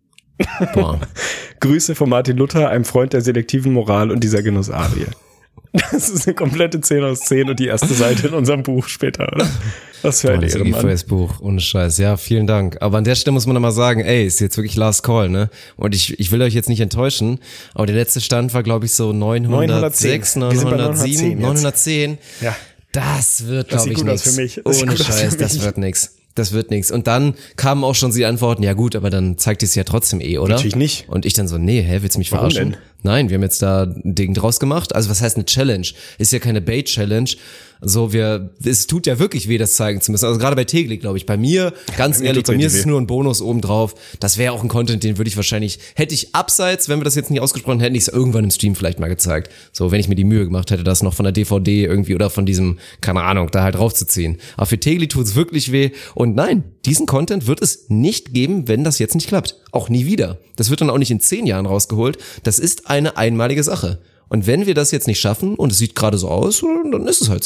Boah. Grüße von Martin Luther, einem Freund der selektiven Moral und dieser Genussarie. Das ist eine komplette zehn aus zehn und die erste Seite in unserem Buch später, oder? Was für ein Ehrenmann. Das I G V S-Buch, ohne Scheiß. Ja, vielen Dank. Aber an der Stelle muss man nochmal sagen, ey, ist jetzt wirklich Last Call, ne? Und ich ich will euch jetzt nicht enttäuschen, aber der letzte Stand war, glaube ich, so neunhundertsechs, neunhundertsieben, neunhundertzehn. Ja. Das wird, glaube ich, nichts. Für mich. Ohne Scheiß, das wird nix. Das wird nichts. Und dann kamen auch schon die Antworten, ja gut, aber dann zeigt es ja trotzdem eh, oder? Natürlich nicht. Und ich dann so, nee, hä, willst du mich Warum verarschen? Denn? Nein, wir haben jetzt da ein Ding draus gemacht. Also was heißt eine Challenge? Ist ja keine Bait-Challenge. So, wir, es tut ja wirklich weh, das zeigen zu müssen. Also gerade bei Tegli, glaube ich. Bei mir, ganz bei mir ehrlich, bei mir ist weh. es nur ein Bonus obendrauf. Das wäre auch ein Content, den würde ich wahrscheinlich, hätte ich abseits, wenn wir das jetzt nicht ausgesprochen hätten, ich es irgendwann im Stream vielleicht mal gezeigt. So, wenn ich mir die Mühe gemacht hätte, das noch von der D V D irgendwie oder von diesem, keine Ahnung, da halt draufzuziehen. Aber für Tegli tut's wirklich weh. Und nein, diesen Content wird es nicht geben, wenn das jetzt nicht klappt. Auch nie wieder. Das wird dann auch nicht in zehn Jahren rausgeholt. Das ist eine einmalige Sache. Und wenn wir das jetzt nicht schaffen und es sieht gerade so aus, dann ist es halt so.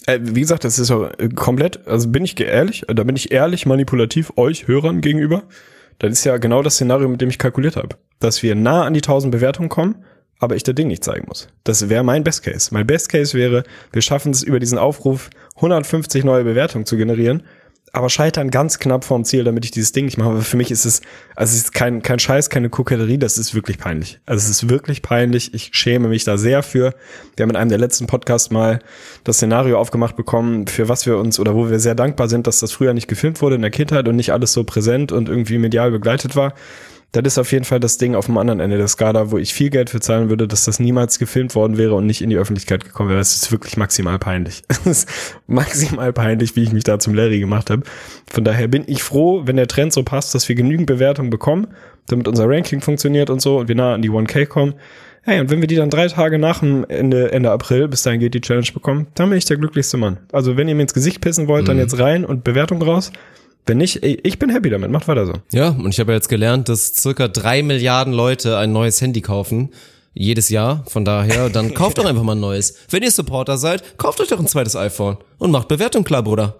Äh, wie gesagt, das ist auch komplett, also bin ich ehrlich, da bin ich ehrlich manipulativ euch Hörern gegenüber. Das ist ja genau das Szenario, mit dem ich kalkuliert habe. Dass wir nah an die tausend Bewertungen kommen, aber ich das Ding nicht zeigen muss. Das wäre mein Best Case. Mein Best Case wäre, wir schaffen es über diesen Aufruf hundertfünfzig neue Bewertungen zu generieren, aber scheitern ganz knapp vorm Ziel, damit ich dieses Ding nicht mache. Aber für mich ist es, also es ist kein, kein Scheiß, keine Koketterie, das ist wirklich peinlich. Also es ist wirklich peinlich, ich schäme mich da sehr für. Wir haben in einem der letzten Podcasts mal das Szenario aufgemacht bekommen, für was wir uns, oder wo wir sehr dankbar sind, dass das früher nicht gefilmt wurde in der Kindheit und nicht alles so präsent und irgendwie medial begleitet war. Das ist auf jeden Fall das Ding auf dem anderen Ende der Skala, wo ich viel Geld für zahlen würde, dass das niemals gefilmt worden wäre und nicht in die Öffentlichkeit gekommen wäre. Das ist wirklich maximal peinlich. Es ist maximal peinlich, wie ich mich da zum Larry gemacht habe. Von daher bin ich froh, wenn der Trend so passt, dass wir genügend Bewertungen bekommen, damit unser Ranking funktioniert und so und wir nah an die one K kommen. Hey, und wenn wir die dann drei Tage nach dem Ende, Ende April, bis dahin geht die Challenge bekommen, dann bin ich der glücklichste Mann. Also wenn ihr mir ins Gesicht pissen wollt, mhm. dann jetzt rein und Bewertung draus. Wenn nicht, ich bin happy damit, macht weiter so. Ja, und ich habe ja jetzt gelernt, dass circa drei Milliarden Leute ein neues Handy kaufen, jedes Jahr. Von daher, dann kauft doch einfach mal ein neues. Wenn ihr Supporter seid, kauft euch doch ein zweites iPhone und macht Bewertung klar, Bruder.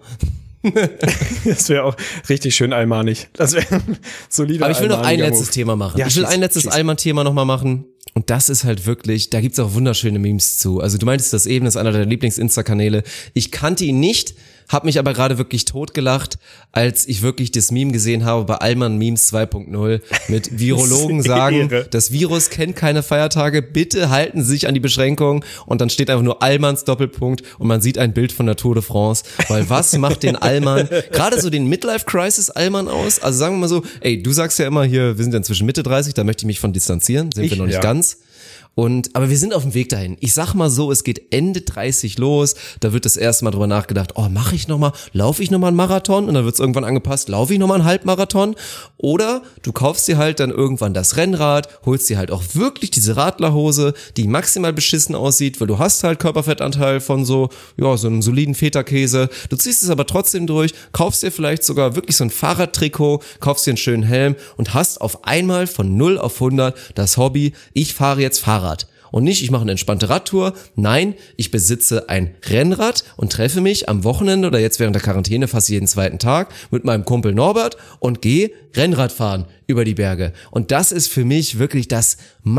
Das wäre auch richtig schön almanig. Das wäre ein solider. Aber ich will noch ein letztes Thema machen. Ja, ich will schieß, ein letztes Allmann-Thema nochmal machen. Und das ist halt wirklich, da gibt's auch wunderschöne Memes zu. Also du meintest das eben, das ist einer deiner Lieblings-Insta-Kanäle. Ich kannte ihn nicht, hab mich aber gerade wirklich totgelacht, als ich wirklich das Meme gesehen habe bei Allmann Memes zwei Punkt null mit Virologen sagen, das Virus kennt keine Feiertage, bitte halten Sie sich an die Beschränkungen und dann steht einfach nur Allmanns Doppelpunkt und man sieht ein Bild von der Tour de France, weil was macht den Allmann, gerade so den Midlife-Crisis Allmann aus? Also sagen wir mal so, ey, du sagst ja immer hier, wir sind ja inzwischen Mitte dreißig, da möchte ich mich von distanzieren, sind ich, wir noch nicht ja. ganz. Und, aber wir sind auf dem Weg dahin. Ich sag mal so, es geht Ende dreißig los, da wird das erste Mal drüber nachgedacht, oh, mache ich nochmal, laufe ich nochmal einen Marathon? Und dann wird es irgendwann angepasst, laufe ich nochmal einen Halbmarathon? Oder du kaufst dir halt dann irgendwann das Rennrad, holst dir halt auch wirklich diese Radlerhose, die maximal beschissen aussieht, weil du hast halt Körperfettanteil von so, ja, so einem soliden Feta-Käse. Du ziehst es aber trotzdem durch, kaufst dir vielleicht sogar wirklich so ein Fahrradtrikot, kaufst dir einen schönen Helm und hast auf einmal von null auf hundert das Hobby, ich fahre jetzt Fahrrad. Und nicht, ich mache eine entspannte Radtour. Nein, ich besitze ein Rennrad und treffe mich am Wochenende oder jetzt während der Quarantäne fast jeden zweiten Tag mit meinem Kumpel Norbert und gehe Rennrad fahren über die Berge. Und das ist für mich wirklich das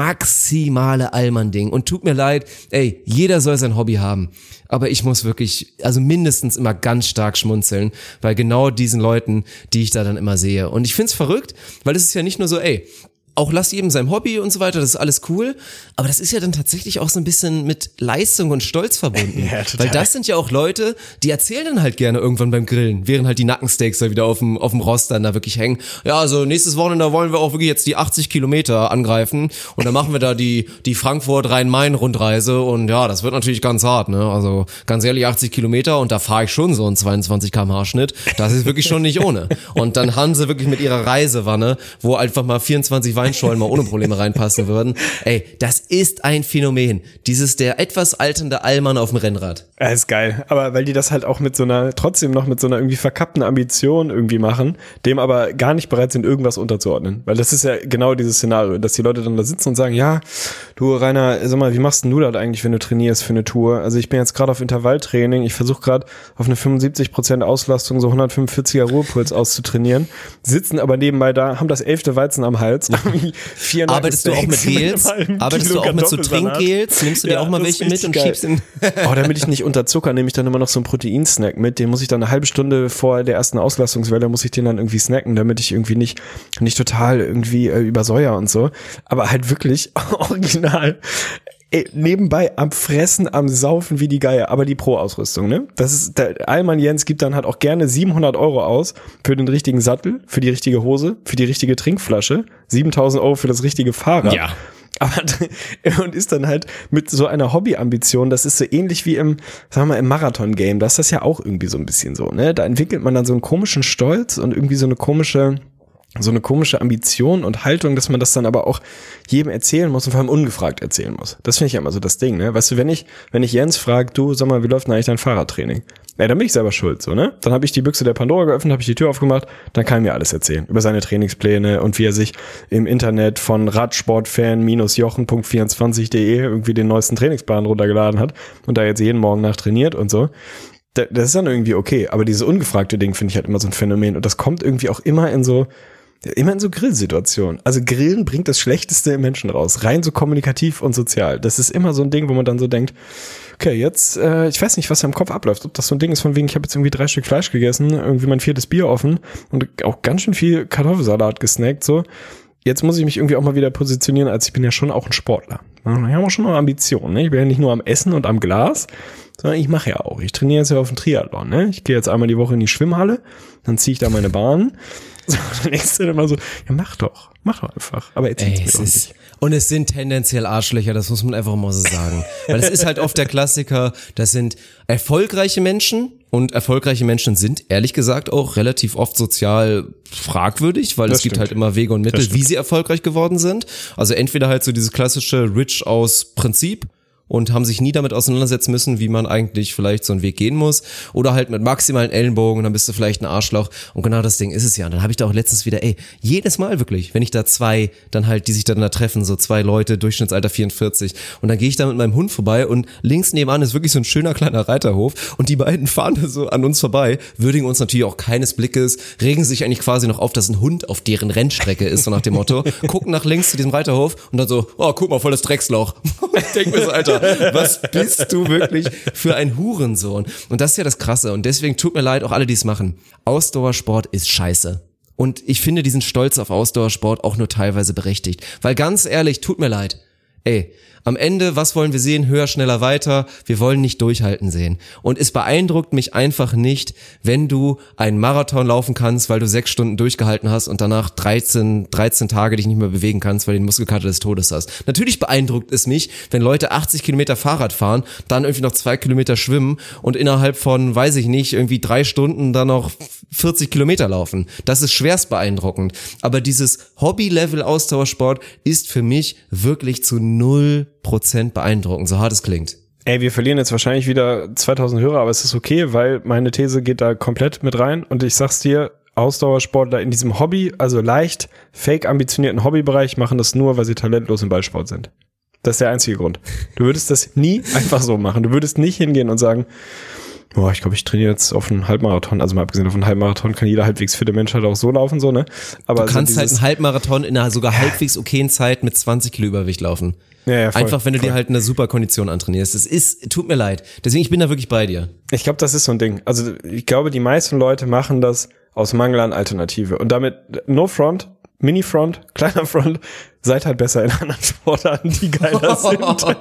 maximale Allmann-Ding. Und tut mir leid, ey, jeder soll sein Hobby haben. Aber ich muss wirklich, also mindestens immer ganz stark schmunzeln bei genau diesen Leuten, die ich da dann immer sehe. Und ich find's verrückt, weil es ist ja nicht nur so, ey, auch lass jedem sein Hobby und so weiter, das ist alles cool, aber das ist ja dann tatsächlich auch so ein bisschen mit Leistung und Stolz verbunden, ja, total. Weil das sind ja auch Leute, die erzählen dann halt gerne irgendwann beim Grillen, während halt die Nackensteaks da wieder auf dem, auf dem Rost dann da wirklich hängen. Ja, also nächstes Wochenende wollen wir auch wirklich jetzt die achtzig Kilometer angreifen und dann machen wir da die, die Frankfurt-Rhein-Main-Rundreise und ja, das wird natürlich ganz hart, ne, also ganz ehrlich, achtzig Kilometer und da fahre ich schon so einen zweiundzwanzig Kilometer pro Stunde Schnitt, das ist wirklich schon nicht ohne. Und dann haben sie wirklich mit ihrer Reisewanne, wo einfach mal vierundzwanzig Weinschollen mal ohne Probleme reinpassen würden. Ey, das ist ein Phänomen. Dieses der etwas alternde Allmann auf dem Rennrad. Ja, ist geil. Aber weil die das halt auch mit so einer, trotzdem noch mit so einer irgendwie verkappten Ambition irgendwie machen, dem aber gar nicht bereit sind, irgendwas unterzuordnen. Weil das ist ja genau dieses Szenario, dass die Leute dann da sitzen und sagen, ja, du Rainer, sag mal, wie machst denn du das eigentlich, wenn du trainierst für eine Tour? Also ich bin jetzt gerade auf Intervalltraining, ich versuche gerade auf eine fünfundsiebzig Prozent Auslastung so hundertfünfundvierziger Ruhepuls auszutrainieren, sitzen aber nebenbei da, haben das elfte Weizen am Hals, Arbeitest du auch mit Gels? Arbeitest du auch mit so Trinkgels? Nimmst du dir ja auch mal welche mit und geil. Schiebst in... Oh, damit ich nicht unterzucker, nehme ich dann immer noch so einen Proteinsnack mit. Den muss ich dann eine halbe Stunde vor der ersten Auslastungswelle, muss ich den dann irgendwie snacken, damit ich irgendwie nicht, nicht total irgendwie äh, übersäuer und so. Aber halt wirklich original... Ey, nebenbei am Fressen, am Saufen wie die Geier, aber die Pro-Ausrüstung, ne? Das ist, der Allmann Jens gibt dann halt auch gerne siebenhundert Euro aus für den richtigen Sattel, für die richtige Hose, für die richtige Trinkflasche, siebentausend Euro für das richtige Fahrrad. Ja. Aber, und ist dann halt mit so einer Hobbyambition, das ist so ähnlich wie im, sagen wir mal, im Marathon-Game, das ist das ja auch irgendwie so ein bisschen so, ne? Da entwickelt man dann so einen komischen Stolz und irgendwie so eine komische, so eine komische Ambition und Haltung, dass man das dann aber auch jedem erzählen muss und vor allem ungefragt erzählen muss. Das finde ich ja immer so das Ding, ne? Weißt du, wenn ich, wenn ich Jens frage, du, sag mal, wie läuft denn eigentlich dein Fahrradtraining? Ja, dann bin ich selber schuld, so, ne? Dann habe ich die Büchse der Pandora geöffnet, habe ich die Tür aufgemacht, dann kann er mir alles erzählen über seine Trainingspläne und wie er sich im Internet von radsportfan jochen punkt vierundzwanzig punkt de irgendwie den neuesten Trainingsplan runtergeladen hat und da jetzt jeden Morgen nach trainiert und so. das ist dann irgendwie okay. Aber dieses ungefragte Ding finde ich halt immer so ein Phänomen. Und das kommt irgendwie auch immer in so, immer in so Grillsituationen. Also Grillen bringt das Schlechteste im Menschen raus. Rein so kommunikativ und sozial. Das ist immer so ein Ding, wo man dann so denkt, okay, jetzt, äh, ich weiß nicht, was da im Kopf abläuft. Ob das so ein Ding ist von wegen, ich habe jetzt irgendwie drei Stück Fleisch gegessen, irgendwie mein viertes Bier offen und auch ganz schön viel Kartoffelsalat gesnackt, so. Jetzt muss ich mich irgendwie auch mal wieder positionieren, als ich bin ja schon auch ein Sportler. Ich habe auch schon noch Ambitionen. Ne? Ich bin ja nicht nur am Essen und am Glas, sondern ich mache ja auch. Ich trainiere jetzt ja auf dem Triathlon. Ne? Ich gehe jetzt einmal die Woche in die Schwimmhalle, dann ziehe ich da meine Bahn. So, dann denkst du immer so, ja mach doch, mach doch einfach. Aber erzähl's mir doch nicht. Und es sind tendenziell Arschlöcher, das muss man einfach mal so sagen. Weil es ist halt oft der Klassiker, das sind erfolgreiche Menschen und erfolgreiche Menschen sind, ehrlich gesagt, auch relativ oft sozial fragwürdig, weil das es stimmt. gibt halt immer Wege und Mittel, wie sie erfolgreich geworden sind. Also entweder halt so dieses klassische Rich aus Prinzip und haben sich nie damit auseinandersetzen müssen, wie man eigentlich vielleicht so einen Weg gehen muss. Oder halt mit maximalen Ellenbogen, dann bist du vielleicht ein Arschloch. Und genau das Ding ist es ja. Und dann habe ich da auch letztens wieder, ey, jedes Mal wirklich, wenn ich da zwei, dann halt, die sich dann da treffen, so zwei Leute, Durchschnittsalter vierundvierzig. Und dann gehe ich da mit meinem Hund vorbei und links nebenan ist wirklich so ein schöner kleiner Reiterhof. Und die beiden fahren da so an uns vorbei, würdigen uns natürlich auch keines Blickes, regen sich eigentlich quasi noch auf, dass ein Hund auf deren Rennstrecke ist, so nach dem Motto, gucken nach links zu diesem Reiterhof und dann so, oh, guck mal, voll das Drecksloch. Ich denk mir so, Alter, was bist du wirklich für ein Hurensohn? Und das ist ja das Krasse. Und deswegen tut mir leid, auch alle, die es machen. Ausdauersport ist scheiße. Und ich finde diesen Stolz auf Ausdauersport auch nur teilweise berechtigt. Weil ganz ehrlich, tut mir leid. Ey, am Ende, was wollen wir sehen? Höher, schneller, weiter. Wir wollen nicht durchhalten sehen. Und es beeindruckt mich einfach nicht, wenn du einen Marathon laufen kannst, weil du sechs Stunden durchgehalten hast und danach dreizehn, dreizehn Tage dich nicht mehr bewegen kannst, weil du den Muskelkater des Todes hast. Natürlich beeindruckt es mich, wenn Leute achtzig Kilometer Fahrrad fahren, dann irgendwie noch zwei Kilometer schwimmen und innerhalb von, weiß ich nicht, irgendwie drei Stunden dann noch vierzig Kilometer laufen. Das ist schwerst beeindruckend. Aber dieses Hobby-Level-Ausdauersport ist für mich wirklich zu null Prozent beeindruckend, so hart es klingt. Ey, wir verlieren jetzt wahrscheinlich wieder zweitausend Hörer, aber es ist okay, weil meine These geht da komplett mit rein und ich sag's dir, Ausdauersportler in diesem Hobby, also leicht fake ambitionierten Hobbybereich, machen das nur, weil sie talentlos im Ballsport sind. Das ist der einzige Grund. Du würdest das nie einfach so machen. Du würdest nicht hingehen und sagen, boah, ich glaube, ich trainiere jetzt auf einen Halbmarathon. Also mal abgesehen von einem Halbmarathon kann jeder halbwegs fitte Mensch halt auch so laufen, so, ne? Aber du kannst so halt einen Halbmarathon in einer sogar halbwegs okayen Zeit mit zwanzig Kilo Übergewicht laufen. Ja, ja, voll, einfach, wenn du voll. dir halt eine super Kondition antrainierst. Das ist, tut mir leid. Deswegen, ich bin da wirklich bei dir. Ich glaube, das ist so ein Ding. Also ich glaube, die meisten Leute machen das aus Mangel an Alternative. Und damit, no front, Mini-Front, kleiner Front, seid halt besser in anderen Sportarten, die geiler sind.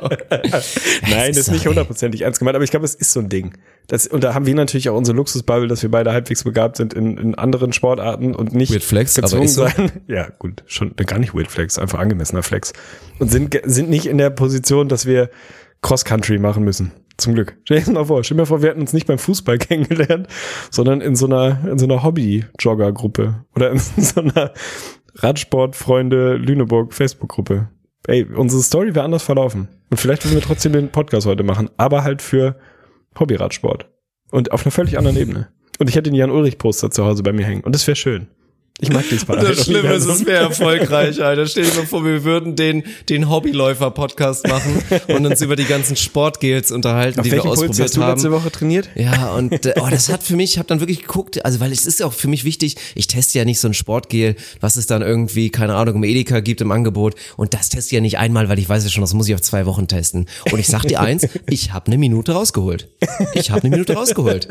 Nein, das ist nicht hundertprozentig ernst gemeint, aber ich glaube, es ist so ein Ding. Das, und da haben wir natürlich auch unsere Luxusbubble, dass wir beide halbwegs begabt sind in, in anderen Sportarten und nicht Weird Flex, gezwungen aber ist so. sein. Ja, gut, schon gar nicht Weird Flex, einfach angemessener Flex. Und sind, sind nicht in der Position, dass wir Cross-Country machen müssen. Zum Glück. Stell dir das mal vor. Stell dir mal vor, wir hätten uns nicht beim Fußball kennengelernt, sondern in so einer, in so einer Hobby-Jogger-Gruppe oder in so einer Radsportfreunde Lüneburg Facebook-Gruppe. Ey, unsere Story wäre anders verlaufen. Und vielleicht würden wir trotzdem den Podcast heute machen, aber halt für Hobby-Radsport. Und auf einer völlig anderen Ebene. Und ich hätte den Jan-Ulrich-Poster zu Hause bei mir hängen. Und das wäre schön. Ich mag dies bei Das Schlimme ist, es wäre erfolgreich, Alter. Stell dir mal vor, wir würden den, den Hobbyläufer-Podcast machen und uns über die ganzen Sportgels unterhalten, auf die wir ausprobiert Puls hast du haben. letzte Woche trainiert? Ja, und oh, das hat für mich, ich habe dann wirklich geguckt, also weil es ist ja auch für mich wichtig, ich teste ja nicht so ein Sportgel, was es dann irgendwie, keine Ahnung, im Edeka gibt im Angebot und das teste ich ja nicht einmal, weil ich weiß ja schon, das muss ich auf zwei Wochen testen. Und ich sag dir eins, ich habe eine Minute rausgeholt. Ich habe eine Minute rausgeholt.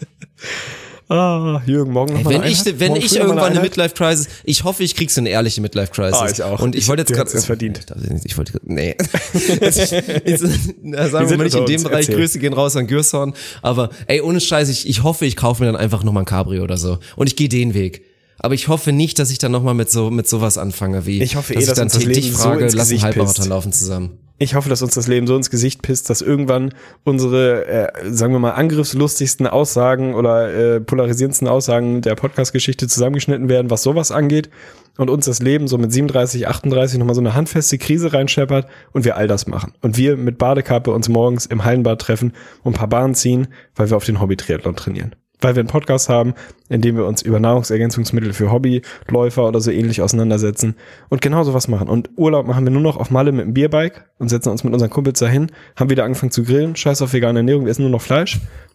Ah, Jürgen, morgen noch mal Wenn eine ich, Einheit? wenn Morgen ich früh noch mal irgendwann eine Einheit? Midlife-Crisis, ich hoffe, ich krieg so eine ehrliche Midlife-Crisis. Ah, ich auch. Und ich, Ich- wollte jetzt du gerade, hättest es verdient. Ich wollte, nee. Jetzt, jetzt, na, sagen wir mal nicht in dem Bereich, Erzähl. Grüße gehen raus an Gürson. Aber, ey, ohne Scheiß, ich, ich hoffe, ich kaufe mir dann einfach nochmal ein Cabrio oder so. Und ich gehe den Weg. Aber ich hoffe nicht, dass ich dann nochmal mit so, mit sowas anfange, wie, Ich hoffe eh, dass ich dass dann uns das dich Leben so frage, ins lass einen Gesicht Halbmarathon pisst. laufen zusammen. Ich hoffe, dass uns das Leben so ins Gesicht pisst, dass irgendwann unsere, äh, sagen wir mal, angriffslustigsten Aussagen oder äh, polarisierendsten Aussagen der Podcast-Geschichte zusammengeschnitten werden, was sowas angeht und uns das Leben so mit siebenunddreißig, achtunddreißig nochmal so eine handfeste Krise reinscheppert und wir all das machen. Und wir mit Badekappe uns morgens im Hallenbad treffen und ein paar Bahnen ziehen, weil wir auf den Hobby-Triathlon trainieren. Weil wir einen Podcast haben, in dem wir uns über Nahrungsergänzungsmittel für Hobbyläufer oder so ähnlich auseinandersetzen und genau sowas machen. Und Urlaub machen wir nur noch auf Malle mit dem Bierbike und setzen uns mit unseren Kumpels dahin, haben wieder angefangen zu grillen, scheiß auf vegane Ernährung, wir essen nur noch Fleisch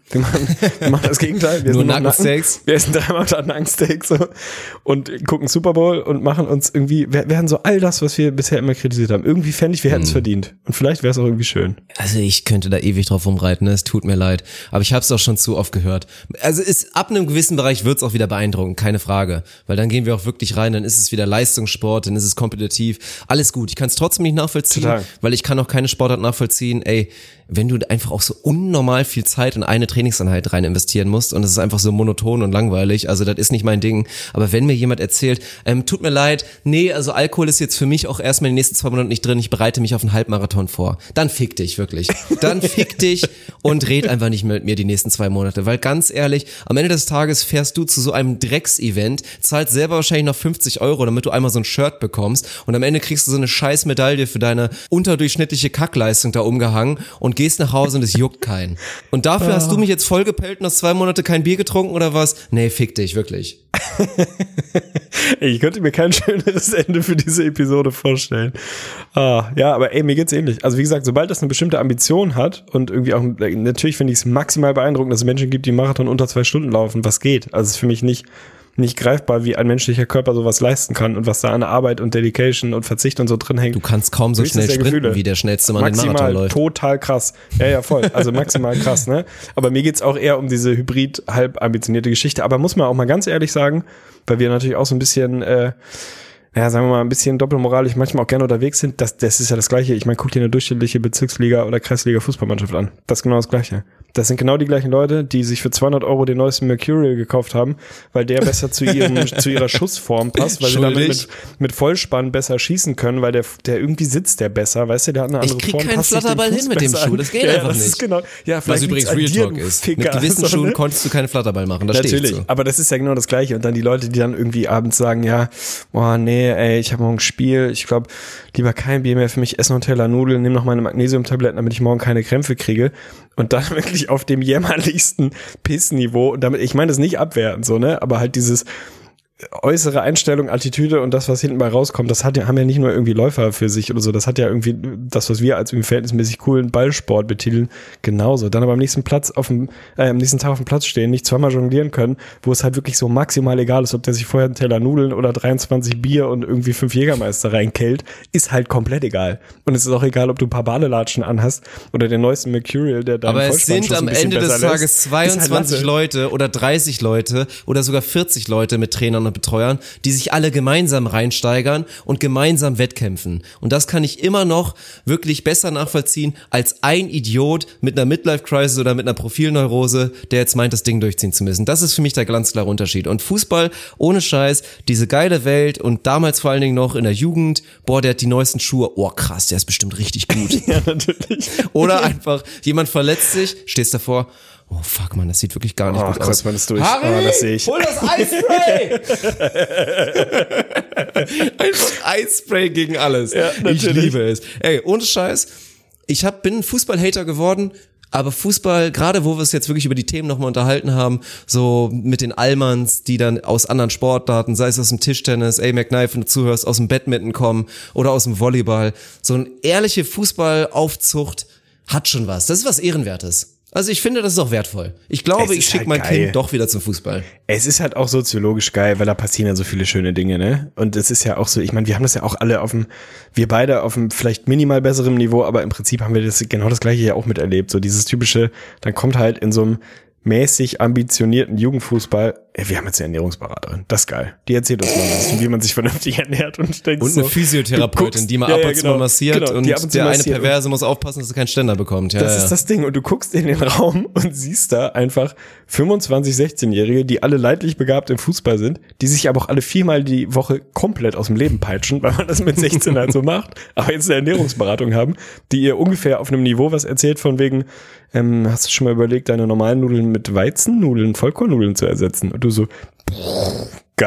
Wir machen, wir machen das Gegenteil. Wir Nur essen Nackensteaks? Nacken, wir essen dreimal am Tag Nackensteaks so, und gucken Super Bowl und machen uns irgendwie, wir werden so all das, was wir bisher immer kritisiert haben. Irgendwie fände ich, wir hätten es Hm. verdient. Und vielleicht wäre es auch irgendwie schön. Also ich könnte da ewig drauf rumreiten, ne? Es tut mir leid. Aber ich habe es auch schon zu oft gehört. Also ist ab einem gewissen Bereich wird's auch wieder beeindruckend, keine Frage. Weil dann gehen wir auch wirklich rein, dann ist es wieder Leistungssport, dann ist es kompetitiv. Alles gut, ich kann es trotzdem nicht nachvollziehen, Total. weil ich kann auch keine Sportart nachvollziehen. Ey, wenn du einfach auch so unnormal viel Zeit in eine Trainingseinheit rein investieren musst und es ist einfach so monoton und langweilig, also das ist nicht mein Ding. Aber wenn mir jemand erzählt, ähm, tut mir leid, nee, also Alkohol ist jetzt für mich auch erstmal in den nächsten zwei Monaten nicht drin, ich bereite mich auf einen Halbmarathon vor, dann fick dich wirklich. Dann fick dich und red einfach nicht mehr mit mir die nächsten zwei Monate, weil ganz ehrlich, am Ende des Tages fährst du zu so einem Drecksevent, zahlst selber wahrscheinlich noch fünfzig Euro, damit du einmal so ein Shirt bekommst und am Ende kriegst du so eine scheiß Medaille für deine unterdurchschnittliche Kackleistung da umgehangen und gehst nach Hause und es juckt keinen. Und dafür hast du mich jetzt vollgepellt und hast zwei Monate kein Bier getrunken oder was? Nee, fick dich, wirklich. Ey, ich könnte mir kein schöneres Ende für diese Episode vorstellen. Ah, ja, aber ey, mir geht's ähnlich. Also wie gesagt, sobald das eine bestimmte Ambition hat und irgendwie auch, natürlich finde ich es maximal beeindruckend, dass es Menschen gibt, die einen Marathon unter zwei Stunden laufen, was geht. Also es ist für mich nicht nicht greifbar, wie ein menschlicher Körper sowas leisten kann und was da an Arbeit und Dedication und Verzicht und so drin hängt. Du kannst kaum so schnell sprinten, Gefühle. Wie der schnellste Mann maximal den Marathon läuft. Total krass. Ja, ja, voll. Also maximal krass, ne? Aber mir geht's auch eher um diese hybrid halb ambitionierte Geschichte. Aber muss man auch mal ganz ehrlich sagen, weil wir natürlich auch so ein bisschen, äh, ja, sagen wir mal, ein bisschen doppelmoralisch manchmal auch gerne unterwegs sind. Das, das ist ja das Gleiche. Ich meine, guck dir eine durchschnittliche Bezirksliga oder Kreisliga Fußballmannschaft an. Das ist genau das Gleiche. Das sind genau die gleichen Leute, die sich für zweihundert Euro den neuesten Mercurial gekauft haben, weil der besser zu ihrem zu ihrer Schussform passt, weil sie damit mit, mit Vollspann besser schießen können, weil der der irgendwie sitzt der besser, weißt du, der hat eine andere ich krieg Form. Ich krieg keinen Flatterball hin mit dem Schuh, das geht ja, einfach das nicht. Ist genau, ja, was übrigens Real Talk ist. Ficker. Mit gewissen Schuhen konntest du keinen Flatterball machen, das natürlich, steht so. Aber das ist ja genau das Gleiche. Und dann die Leute, die dann irgendwie abends sagen, ja, boah, nee, ey, ich habe morgen ein Spiel, ich glaube, lieber kein Bier mehr für mich, ess noch einen Teller Nudeln, nimm noch meine Magnesiumtabletten, damit ich morgen keine Krämpfe kriege. Und dann wirklich auf dem jämmerlichsten Pissniveau, und damit, ich meine das nicht abwertend so, ne, aber halt dieses äußere Einstellung, Attitüde und das, was hinten bei rauskommt, das hat ja, haben ja nicht nur irgendwie Läufer für sich oder so, das hat ja irgendwie das, was wir als irgendwie verhältnismäßig coolen Ballsport betiteln, genauso. Dann aber am nächsten Platz auf dem, äh, am nächsten Tag auf dem Platz stehen, nicht zweimal jonglieren können, wo es halt wirklich so maximal egal ist, ob der sich vorher einen Teller Nudeln oder dreiundzwanzig Bier und irgendwie fünf Jägermeister reinkellt, ist halt komplett egal. Und es ist auch egal, ob du ein paar Badelatschen anhast oder den neuesten Mercurial, der da aber es sind am Ende des Tages zweiundzwanzig halt Leute oder dreißig Leute oder sogar vierzig Leute mit Trainern und Betreuern, die sich alle gemeinsam reinsteigern und gemeinsam wettkämpfen. Und das kann ich immer noch wirklich besser nachvollziehen als ein Idiot mit einer Midlife-Crisis oder mit einer Profilneurose, der jetzt meint, das Ding durchziehen zu müssen. Das ist für mich der ganz klare Unterschied. Und Fußball, ohne Scheiß, diese geile Welt und damals vor allen Dingen noch in der Jugend, boah, der hat die neuesten Schuhe, oh krass, der ist bestimmt richtig gut. Ja, natürlich. Oder einfach, jemand verletzt sich, stehst davor, oh fuck, man, das sieht wirklich gar nicht oh, gut Gott, aus. Man ist durch. Harry, oh, das sehe ich. hol das Eispray! Einfach Eispray gegen alles. Ja, ich liebe es. Ey, ohne Scheiß, ich hab, bin ein Fußballhater geworden, aber Fußball, gerade wo wir es jetzt wirklich über die Themen nochmal unterhalten haben, so mit den Allmanns, die dann aus anderen Sportarten, sei es aus dem Tischtennis, ey McKnife, wenn du zuhörst, aus dem Badminton kommen oder aus dem Volleyball, so eine ehrliche Fußballaufzucht hat schon was. Das ist was Ehrenwertes. Also ich finde, das ist auch wertvoll. Ich glaube, ich schicke halt mein geil. Kind doch wieder zum Fußball. Es ist halt auch soziologisch geil, weil da passieren ja so viele schöne Dinge, ne? Und es ist ja auch so, ich meine, wir haben das ja auch alle auf dem, wir beide auf einem vielleicht minimal besserem Niveau, aber im Prinzip haben wir das genau das Gleiche ja auch miterlebt. So dieses typische, dann kommt halt in so einem mäßig ambitionierten Jugendfußball, ey, wir haben jetzt eine Ernährungsberaterin, das ist geil. Die erzählt uns mal was, wie man sich vernünftig ernährt. Und, und eine so, Physiotherapeutin, guckst, die mal ab und ja, ja, zu mal massiert genau, und der eine massiert. Perverse muss aufpassen, dass er keinen Ständer bekommt. Ja, das ja. ist das Ding. Und du guckst in den Raum und siehst da einfach fünfundzwanzig-, sechzehnjährige, die alle leidlich begabt im Fußball sind, die sich aber auch alle viermal die Woche komplett aus dem Leben peitschen, weil man das mit sechzehn halt so macht, aber jetzt eine Ernährungsberatung haben, die ihr ungefähr auf einem Niveau was erzählt von wegen, ähm, hast du schon mal überlegt, deine normalen Nudeln mit Weizennudeln, Vollkornnudeln zu ersetzen? Und du so, geil.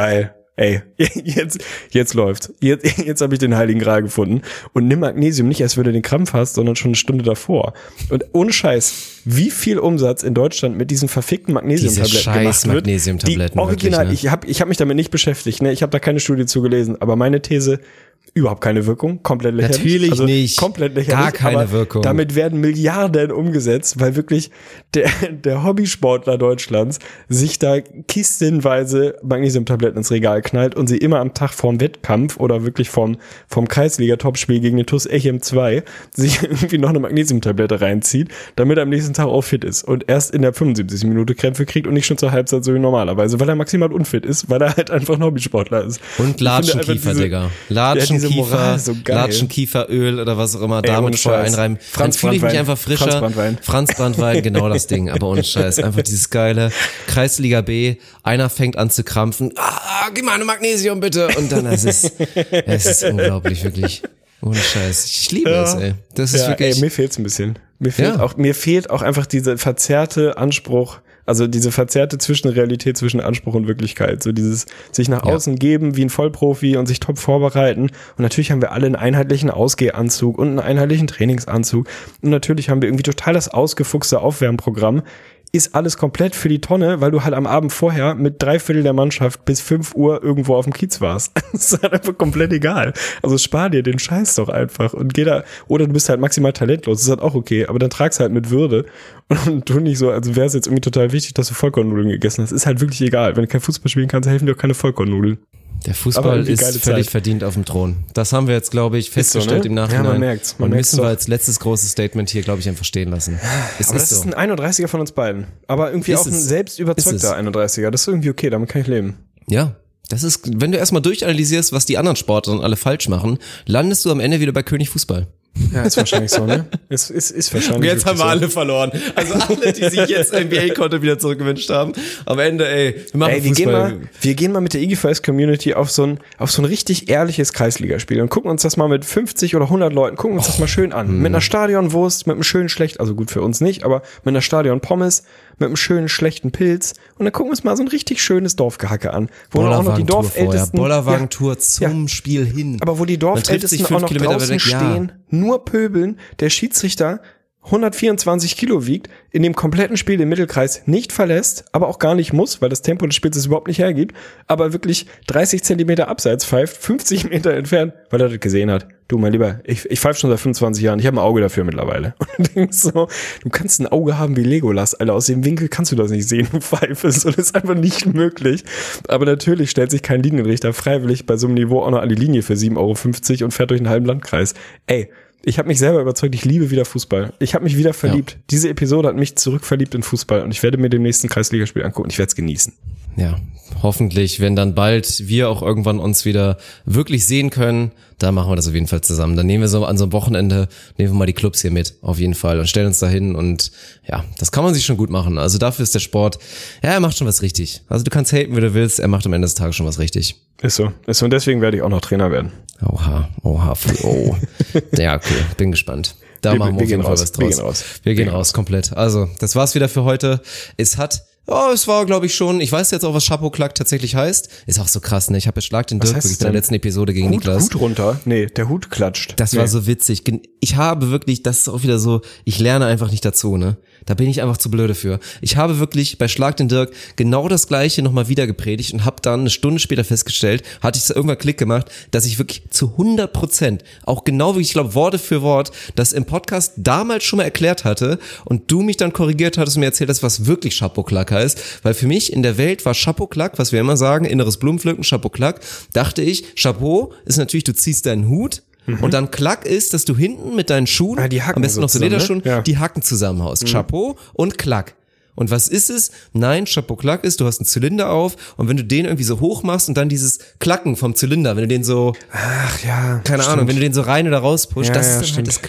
ey, jetzt, jetzt läuft's. Jetzt, jetzt habe ich den Heiligen Gral gefunden. Und nimm Magnesium nicht erst, wenn du den Krampf hast, sondern schon eine Stunde davor. Und ohne Scheiß, wie viel Umsatz in Deutschland mit diesen verfickten Magnesiumtabletten Diese scheiß gemacht wird. Magnesiumtabletten, die original, wirklich, ne? ich habe ich hab mich damit nicht beschäftigt, ne? Ich habe da keine Studie zu gelesen, aber meine These, überhaupt keine Wirkung, komplett lächerlich. Natürlich also nicht. Komplett lächerlich. Gar keine aber Wirkung. Damit werden Milliarden umgesetzt, weil wirklich der, der Hobbysportler Deutschlands sich da kistenweise Magnesiumtabletten ins Regal knallt und sie immer am Tag vorm Wettkampf oder wirklich vorm, vorm Kreisliga-Topspiel gegen den T U S Echem zwei sich irgendwie noch eine Magnesiumtablette reinzieht, damit er am nächsten Tag auch fit ist und erst in der fünfundsiebzigsten Minute Krämpfe kriegt und nicht schon zur Halbzeit so wie normalerweise, weil er maximal unfit ist, weil er halt einfach ein Hobbysportler ist. Und Latschenkiefer, Digga. Latschenkiefer, so Latschenkieferöl oder was auch immer, damit vorher einreiben. Franz Dann fühle ich mich Brandwein. einfach frischer. Franz Brandwein. Franz Brandwein, genau das Ding. Aber ohne Scheiß, einfach dieses geile Kreisliga B, einer fängt an zu krampfen, ah, gib mal eine Magnesium bitte. Und dann, es ist, es ist unglaublich, wirklich. Ohne Scheiß. Ich liebe Ja. es, ey. Das ist ja, wirklich. ey, mir fehlt's ein bisschen. Mir fehlt Ja. auch, mir fehlt auch einfach dieser verzerrte Anspruch, also diese verzerrte Zwischenrealität zwischen Anspruch und Wirklichkeit. So dieses sich nach Ja. außen geben wie ein Vollprofi und sich top vorbereiten. Und natürlich haben wir alle einen einheitlichen Ausgehanzug und einen einheitlichen Trainingsanzug. Und natürlich haben wir irgendwie total das ausgefuchste Aufwärmprogramm. Ist alles komplett für die Tonne, weil du halt am Abend vorher mit drei Viertel der Mannschaft bis fünf Uhr irgendwo auf dem Kiez warst. Das ist halt einfach komplett egal. Also spar dir den Scheiß doch einfach und geh da, oder du bist halt maximal talentlos, das ist halt auch okay, aber dann trag's halt mit Würde und tu nicht so, also wäre es jetzt irgendwie total wichtig, dass du Vollkornnudeln gegessen hast. Ist halt wirklich egal. Wenn du kein Fußball spielen kannst, helfen dir auch keine Vollkornnudeln. Der Aber Fußball irgendwie ist geile völlig Zeit. verdient auf dem Thron. Das haben wir jetzt, glaube ich, festgestellt so, ne? im Nachhinein. Ja, man merkt's. Man und merkt's müssen wir doch. als letztes großes Statement hier, glaube ich, einfach stehen lassen. Es Aber ist das so. ist ein einunddreißiger von uns beiden. Aber irgendwie Ist auch ein es. selbst Ist überzeugter es. einunddreißiger. Das ist irgendwie okay, damit kann ich leben. Ja, das ist, wenn du erstmal durchanalysierst, was die anderen Sportler alle falsch machen, landest du am Ende wieder bei König Fußball. Ja, ist wahrscheinlich so, ne? Ist, ist, ist wahrscheinlich wirklich so. verloren. Also alle, die sich jetzt N B A-Content wieder zurückgewünscht haben. Am Ende, ey, wir machen Ey, wir gehen, Fußball. mal, wir gehen mal mit der I G V S-Community auf so ein, auf so ein richtig ehrliches Kreisligaspiel und gucken uns das mal mit fünfzig oder hundert Leuten, gucken uns das mal schön an. Mit einer Stadionwurst, mit einem schönen schlecht, also gut für uns nicht, aber mit einer Stadionpommes, mit einem schönen schlechten Pilz und dann gucken wir uns mal so ein richtig schönes Dorfgehacke an, wo dann auch noch die Bollerwagen-Tour vorher. Dorfältesten, Bollerwagen-Tour ja, zum ja. Spiel hin. aber wo die Man trifft sich Dorfältesten fünf auch noch Kilometer draußen weg, ja. stehen, nur pöbeln, der Schiedsrichter hundertvierundzwanzig Kilo wiegt, in dem kompletten Spiel den Mittelkreis nicht verlässt, aber auch gar nicht muss, weil das Tempo des Spiels es überhaupt nicht hergibt, aber wirklich dreißig Zentimeter abseits pfeift, fünfzig Meter entfernt, weil er das gesehen hat. Du, mein Lieber, ich, ich pfeife schon seit fünfundzwanzig Jahren, ich habe ein Auge dafür mittlerweile. Und du denkst so, du kannst ein Auge haben wie Legolas, Alter, aus dem Winkel kannst du das nicht sehen, du pfeifest, und das ist einfach nicht möglich. Aber natürlich stellt sich kein Linienrichter freiwillig bei so einem Niveau auch noch an die Linie für sieben Euro fünfzig und fährt durch einen halben Landkreis. Ey, ich habe mich selber überzeugt, ich liebe wieder Fußball. Ich habe mich wieder verliebt. Ja. Diese Episode hat mich zurückverliebt in Fußball und ich werde mir dem nächsten Kreisligaspiel angucken und ich werde es genießen. Ja, hoffentlich, wenn dann bald wir auch irgendwann uns wieder wirklich sehen können, da machen wir das auf jeden Fall zusammen. Dann nehmen wir so an so einem Wochenende, nehmen wir mal die Clubs hier mit, auf jeden Fall, und stellen uns da hin und ja, das kann man sich schon gut machen. Also dafür ist der Sport, ja, er macht schon was richtig. Also du kannst haten, wie du willst, er macht am Ende des Tages schon was richtig. Ist so, ist so, und deswegen werde ich auch noch Trainer werden. Oha, oha, oh. Ja, okay, bin gespannt. Da wir, machen wir, wir auf jeden gehen Fall raus. was draus. Wir gehen raus. Wir gehen raus, komplett. Also, das war's wieder für heute. Es hat, oh, es war, glaube ich, schon, ich weiß jetzt auch, was Chapeau Klack tatsächlich heißt. Ist auch so krass, ne? Ich habe jetzt Schlag den Was Dirk heißt wirklich es in der denn? letzten Episode gegen Hut, Niklas. Hut runter. Nee, der Hut klatscht. Das nee. war so witzig. Ich habe wirklich, das ist auch wieder so, ich lerne einfach nicht dazu, ne? Da bin ich einfach zu blöde für. Ich habe wirklich bei Schlag den Dirk genau das Gleiche nochmal wieder gepredigt und habe dann eine Stunde später festgestellt, hatte ich so irgendwann Klick gemacht, dass ich wirklich zu hundert Prozent, auch genau wie ich glaube Worte für Wort, das im Podcast damals schon mal erklärt hatte und du mich dann korrigiert hattest und mir erzählt hast, was wirklich Chapeau Klack heißt, weil für mich in der Welt war Chapeau Klack, was wir immer sagen, inneres Blumenpflücken, Chapeau Klack, dachte ich, Chapeau ist natürlich, du ziehst deinen Hut. Mhm. Und dann Klack ist, dass du hinten mit deinen Schuhen, ah, die Hacken am besten so noch so zusammen, Lederschuhen, ne? Ja. die Hacken zusammenhaust. Mhm. Chapeau und Klack. Und was ist es? Nein, Chapeau Klack ist, du hast einen Zylinder auf und wenn du den irgendwie so hoch machst und dann dieses Klacken vom Zylinder, wenn du den so, ach ja, keine stimmt. Ahnung, wenn du den so rein oder raus pushst, Ja, das ja, ist dann stimmt. halt das Klack.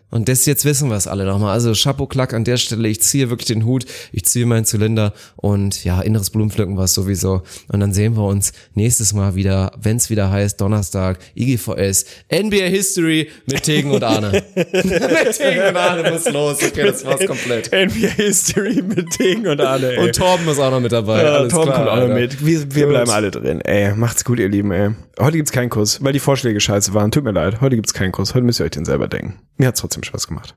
Und das jetzt wissen wir es alle nochmal. Also Chapeau Klack an der Stelle. Ich ziehe wirklich den Hut. Ich ziehe meinen Zylinder und ja, inneres Blumenpflücken war es sowieso. Und dann sehen wir uns nächstes Mal wieder, wenn es wieder heißt, Donnerstag, I G V S, N B A History mit Tegen und Arne. Mit Tegen und Arne muss los. Okay, das war's komplett. N B A History mit Tegen und Arne, ey. Und Torben ist auch noch mit dabei. Ja, Alles Torben klar, kommt auch noch Alter. mit. Wir, wir bleiben alle drin. Ey, macht's gut, ihr Lieben, ey. Heute gibt's keinen Kuss, weil die Vorschläge scheiße waren. Tut mir leid. Heute gibt's keinen Kuss. Heute müsst ihr euch den selber denken. Mir hat's trotzdem Spaß gemacht.